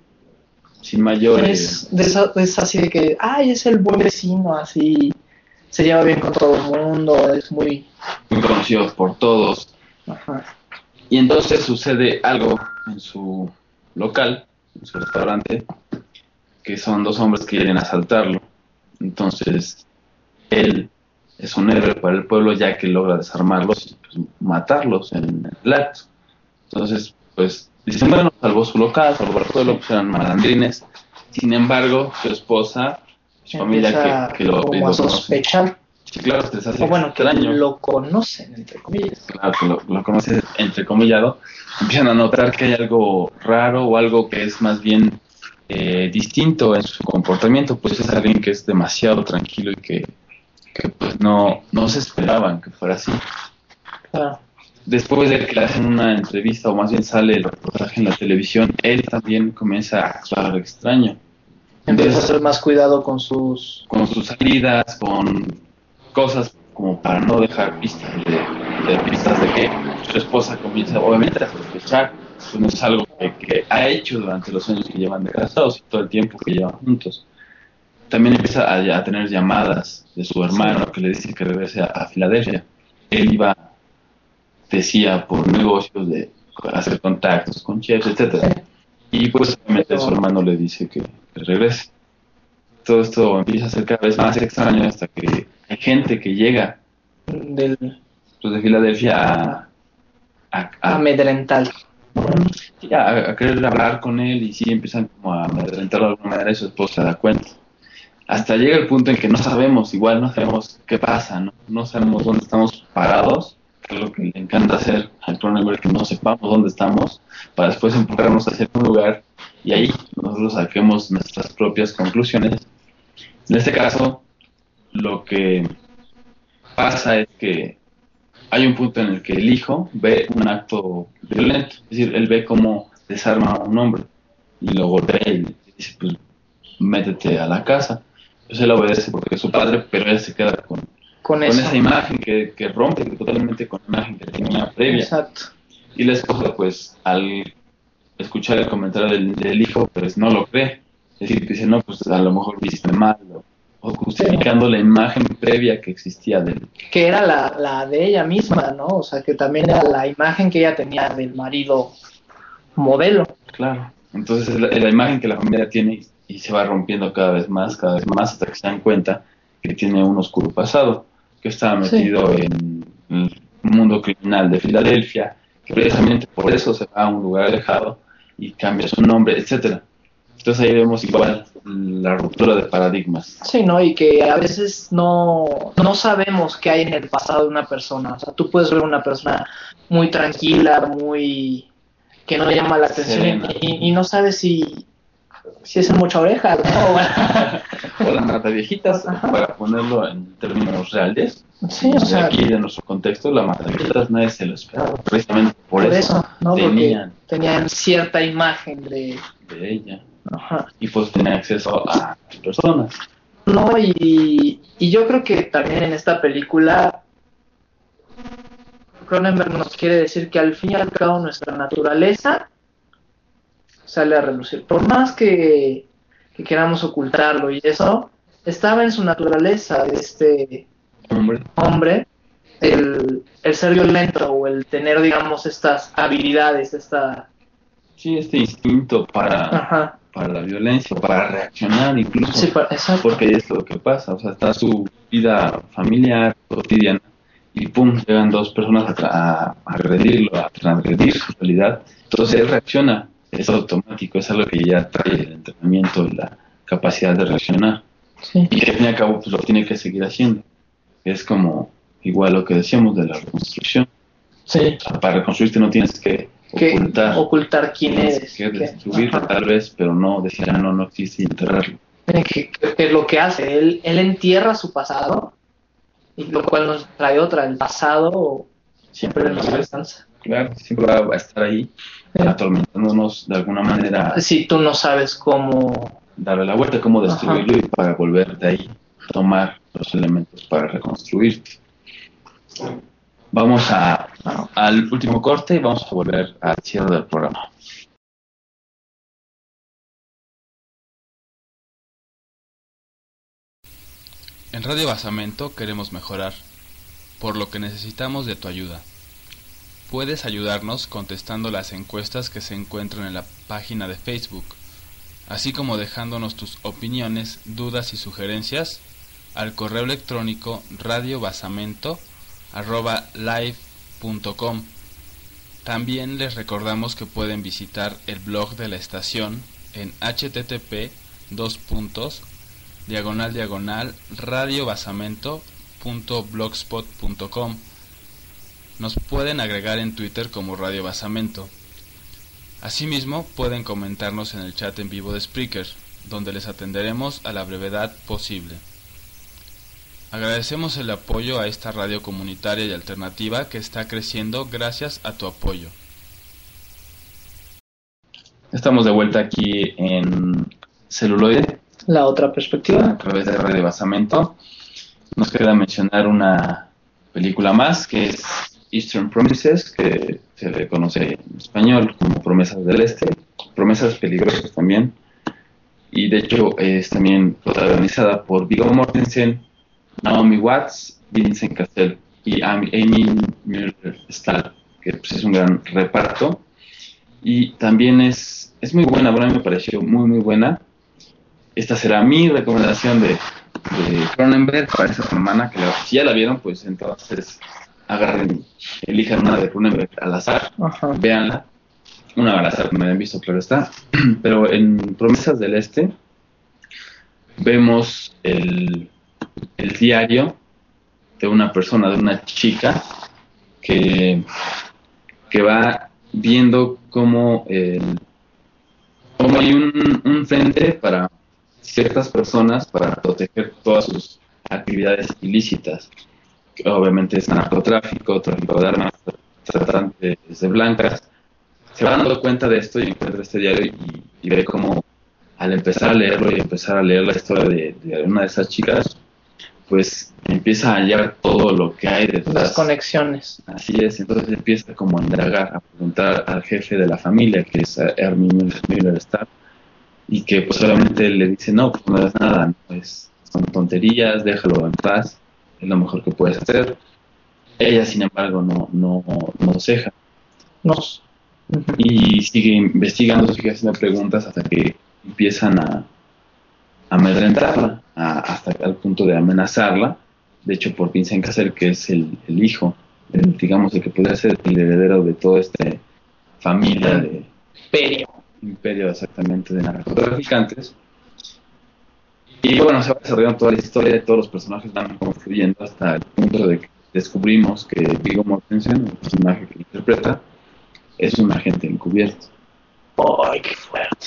es así de que, es el buen vecino, así se lleva bien con todo el mundo, es muy
conocido por todos.
Ajá.
Y entonces sucede algo en su local, en su restaurante, que son dos hombres que quieren asaltarlo. Entonces él es un héroe para el pueblo, ya que logra desarmarlos y pues, matarlos en el acto. Entonces, pues dicen, bueno, salvó su local, salvó el pueblo, pues eran malandrines. Sin embargo, su esposa, su familia que lo
como a sospechar.
Sí, claro, se les hace
O bueno, que
extraño.
lo conocen, entre comillas.
Claro, que lo conocen entrecomillado. Empiezan a notar que hay algo raro o algo que es más bien distinto en su comportamiento, pues es alguien que es demasiado tranquilo y que pues no se esperaban que fuera así.
Claro.
Después de que le hacen una entrevista, o más bien sale el reportaje en la televisión, él también comienza a actuar extraño.
Empieza a hacer más cuidado con sus
salidas, con cosas como para no dejar pistas de pistas de que su esposa comienza obviamente a sospechar. Pues no es algo que ha hecho durante los años que llevan de casados y todo el tiempo que llevan juntos. También empieza a tener llamadas de su hermano que le dice que regrese a Filadelfia. Él decía por negocios de hacer contactos con chefs, etcétera. Y pues obviamente su hermano le dice que regrese. Todo esto empieza a ser cada vez más extraño hasta que hay gente que llega de Filadelfia a
amedrentar.
A querer hablar con él y sí empiezan como a amedrentarlo de alguna manera y su esposa se da cuenta. Hasta llega el punto en que no sabemos qué pasa, no sabemos dónde estamos parados, que es lo que le encanta hacer al Cronenberg, que no sepamos dónde estamos, para después empujarnos hacia un lugar y ahí nosotros saquemos nuestras propias conclusiones. En este caso, lo que pasa es que hay un punto en el que el hijo ve un acto violento, es decir, él ve cómo desarma a un hombre y lo golpea y le dice, pues métete a la casa. Pues él obedece porque es su padre, pero él se queda con esa imagen que rompe totalmente con la imagen que tenía previa.
Exacto.
Y la esposa, pues, al escuchar el comentario del hijo, pues no lo cree. Es decir, dice, no, pues a lo mejor viste mal, o justificando la imagen previa que existía de él.
Que era la de ella misma, ¿no? O sea, que también era la imagen que ella tenía del marido modelo.
Claro. Entonces es la imagen que la familia tiene y se va rompiendo cada vez más, hasta que se dan cuenta que tiene un oscuro pasado, que estaba metido en el mundo criminal de Filadelfia, que precisamente por eso se va a un lugar alejado y cambia su nombre, etcétera. Entonces ahí vemos igual la ruptura de paradigmas.
Sí, ¿no? Y que a veces no sabemos qué hay en el pasado de una persona. O sea, tú puedes ver una persona muy tranquila, muy que no llama la atención y no sabes si es en mucha oreja, ¿no?
O la mataviejitas, para ponerlo en términos reales.
Sí, o sea,
aquí de nuestro contexto, la mataviejitas nadie se lo esperaba, precisamente por eso,
¿no? Tenían cierta imagen de
ella.
Ajá.
Y pues tenían acceso a personas.
No, y yo creo que también en esta película Cronenberg nos quiere decir que al fin y al cabo nuestra naturaleza sale a relucir. Por más que queramos ocultarlo y eso, estaba en su naturaleza de este hombre el ser violento o el tener, digamos, estas habilidades,
Sí, este instinto para para la violencia, o para reaccionar incluso,
Sí, exacto.
porque es lo que pasa, o sea, está su vida familiar, cotidiana, y pum, llegan dos personas a agredirlo, a transgredir su realidad, entonces él reacciona, es automático, es algo que ya trae el entrenamiento y la capacidad de reaccionar,
Sí.
y que al fin y al cabo pues lo tiene que seguir haciendo, es como igual lo que decíamos de la reconstrucción.
Sí.
O sea, para reconstruirte no tienes que
ocultar quién
tienes
eres.
que destruirlo tal vez, pero no decir, no existe y enterrarlo.
Que es lo que hace, él entierra su pasado, y lo cual nos trae otra, el pasado siempre nos alcanza.
Claro, siempre va a estar ahí, atormentándonos de alguna manera,
Si tú no sabes cómo...
darle la vuelta, cómo destruirlo y para volver de ahí, tomar los elementos para reconstruirte. Vamos al último corte y vamos a volver al cierre del programa.
En Radio Basamento queremos mejorar, por lo que necesitamos de tu ayuda. Puedes ayudarnos contestando las encuestas que se encuentran en la página de Facebook, así como dejándonos tus opiniones, dudas y sugerencias al correo electrónico radiobasamento@live.com. También les recordamos que pueden visitar el blog de la estación en http://radiobasamento.blogspot.com. Nos pueden agregar en Twitter como Radio Basamento. Asimismo, pueden comentarnos en el chat en vivo de Spreaker, donde les atenderemos a la brevedad posible. Agradecemos el apoyo a esta radio comunitaria y alternativa que está creciendo gracias a tu apoyo.
Estamos de vuelta aquí en Celuloide,
La otra perspectiva.
a través de Radio Basamento. Nos queda mencionar una película más, que es Eastern Promises, que se le conoce en español como Promesas del Este, Promesas Peligrosas también, y de hecho es también protagonizada por Viggo Mortensen, Naomi Watts, Vincent Cassel y Amy Müller-Stahl, que pues, es un gran reparto, y también es muy buena. Bueno, a mí me pareció muy buena. Esta será mi recomendación de Cronenberg para esta semana, que si ya la vieron, pues entonces agarren, elijan una de Cronenberg al azar, véanla, una al azar que me hayan visto, claro está. Pero en Promesas del Este vemos el diario de una persona, de una chica que va viendo cómo hay un frente para ciertas personas para proteger todas sus actividades ilícitas, que obviamente es narcotráfico, tráfico de armas, tratantes de blancas. Se va dando cuenta de esto y encuentra este diario y ve cómo al empezar a leerlo y empezar a leer la historia de una de esas chicas, pues empieza a hallar todo lo que hay detrás.
Las conexiones.
Así es, entonces empieza como a indagar, a preguntar al jefe de la familia, que es Ernie Müller-Stahl, y que pues solamente le dice, no, pues no es nada, son tonterías, déjalo en paz, es lo mejor que puedes hacer. Ella, sin embargo, no ceja. Y sigue investigando, sigue haciendo preguntas hasta que empiezan a amedrentarla, hasta el punto de amenazarla. De hecho, por Vincent Cassel, que es el hijo, digamos, el que podría ser el heredero de toda esta familia de imperio exactamente de narcotraficantes. Y bueno, se va desarrollando toda la historia de todos los personajes, van construyendo hasta el punto de que descubrimos que Viggo Mortensen, el personaje que interpreta, es un agente encubierto.
¡Ay, qué fuerte!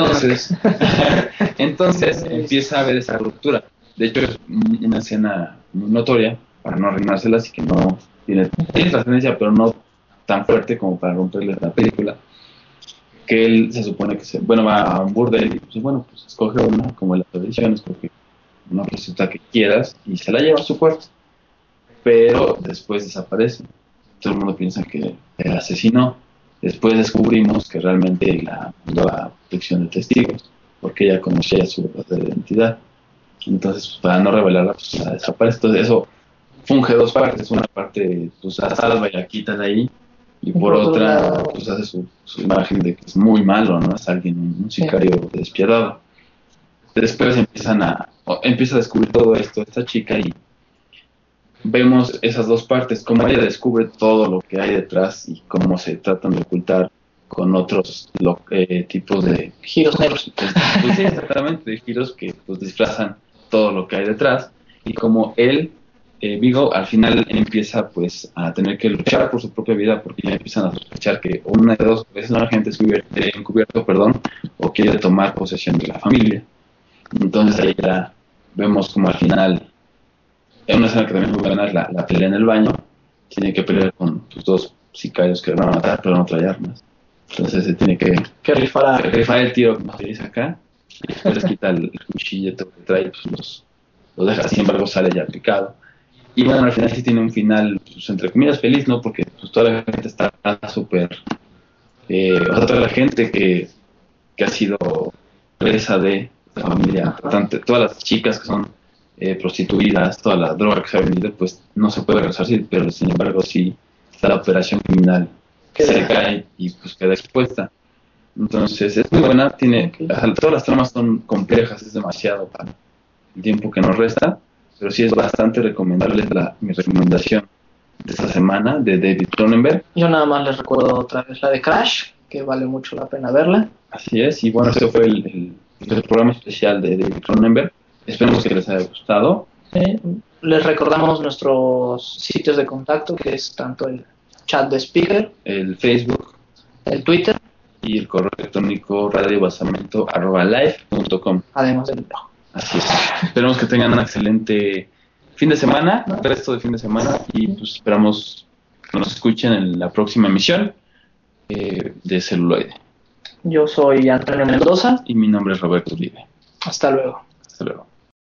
Entonces empieza a haber esa ruptura. De hecho, es una escena muy notoria, para no arruinárselas, y que no tiene trascendencia, pero no tan fuerte como para romperle la película. Que él se supone que va a un burdel y pues escoge una, como en la televisión, escoge una prostituta que quieras y se la lleva a su cuarto. Pero después desaparece. Todo el mundo piensa que la asesinó. Después descubrimos que realmente la mandó a protección de testigos, porque ella conocía su verdadera identidad. Entonces, pues, para no revelarla, pues la desaparece. Entonces, eso funge dos partes. Una parte, pues, hasta las vallaquitas de ahí, y por otra pues hace su imagen de que es muy malo, ¿no? Es alguien, un sicario despiadado. Después empieza a descubrir todo esto esta chica y vemos esas dos partes, cómo ella descubre todo lo que hay detrás y cómo se tratan de ocultar con otros tipos de
giros negros.
Pues sí, exactamente, de giros que pues disfrazan todo lo que hay detrás y como él, Vigo, al final empieza pues a tener que luchar por su propia vida porque ya empiezan a sospechar que una de dos veces un agente encubierto, o quiere tomar posesión de la familia. Entonces ahí ya vemos como al final, en una escena que también es muy buena, es la pelea en el baño, tiene que pelear con sus dos sicarios que van a matar, pero no trae armas. Entonces se tiene que rifar el tiro, como se dice acá, y después les quita el cuchillito que trae, pues los deja, sin embargo sale ya picado. Y bueno, al final sí tiene un final, pues, entre comillas, feliz, ¿no? Porque pues, toda la gente está súper... toda la gente que ha sido presa de la familia, todas las chicas que son prostituidas, toda la droga que se ha vendido, pues no se puede resarcir, pero sin embargo sí está la operación criminal que se cae y pues queda expuesta. Entonces es muy buena, todas las tramas son complejas, es demasiado para el tiempo que nos resta, pero sí es bastante recomendable mi recomendación de esta semana de David Cronenberg.
Yo nada más les recuerdo otra vez la de Crash, que vale mucho la pena verla.
Así es, y bueno, este fue el programa especial de David Cronenberg. Esperemos que les haya gustado.
Les recordamos nuestros sitios de contacto, que es tanto el chat de Speaker,
el Facebook,
el Twitter
y el correo electrónico radiobasamento@live.com.
además del blog.
Así es. Esperemos que tengan un excelente fin de semana, resto de fin de semana, y pues esperamos que nos escuchen en la próxima emisión de Celuloide.
Yo soy Antonio Mendoza.
Y mi nombre es Roberto Uribe.
Hasta luego.
Hasta luego.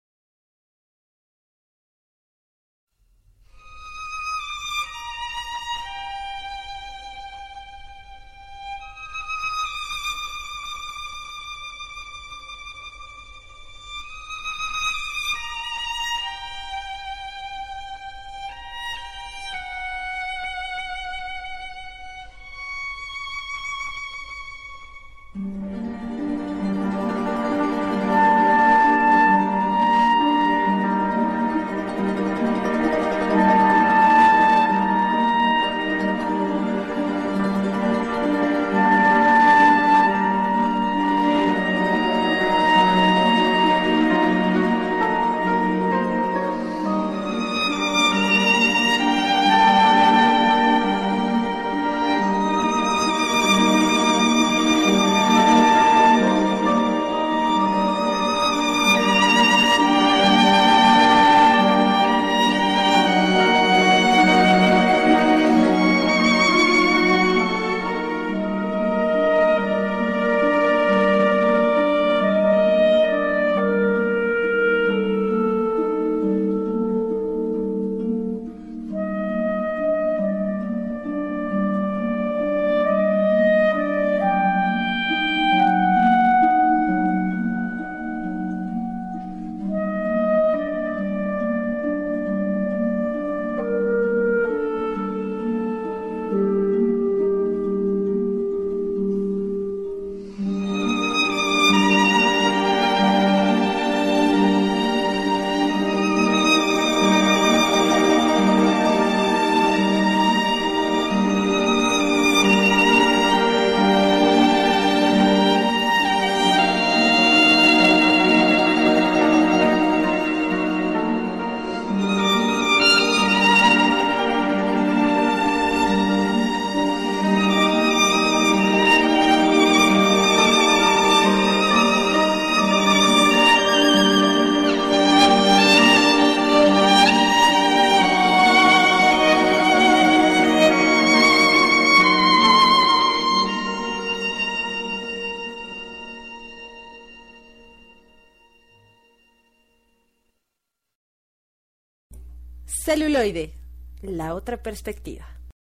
Celuloide, la otra perspectiva.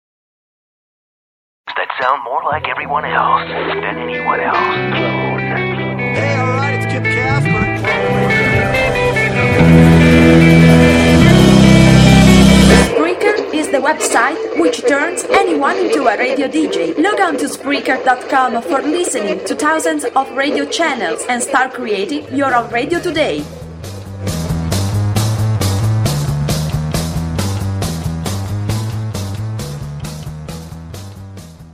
That sound more like everyone else than anyone else.
Hey, alright, it's Kip Casper.
Spreaker is the website which turns anyone into a radio DJ. Log on to Spreaker.com for listening to thousands of radio channels and start creating your own radio today.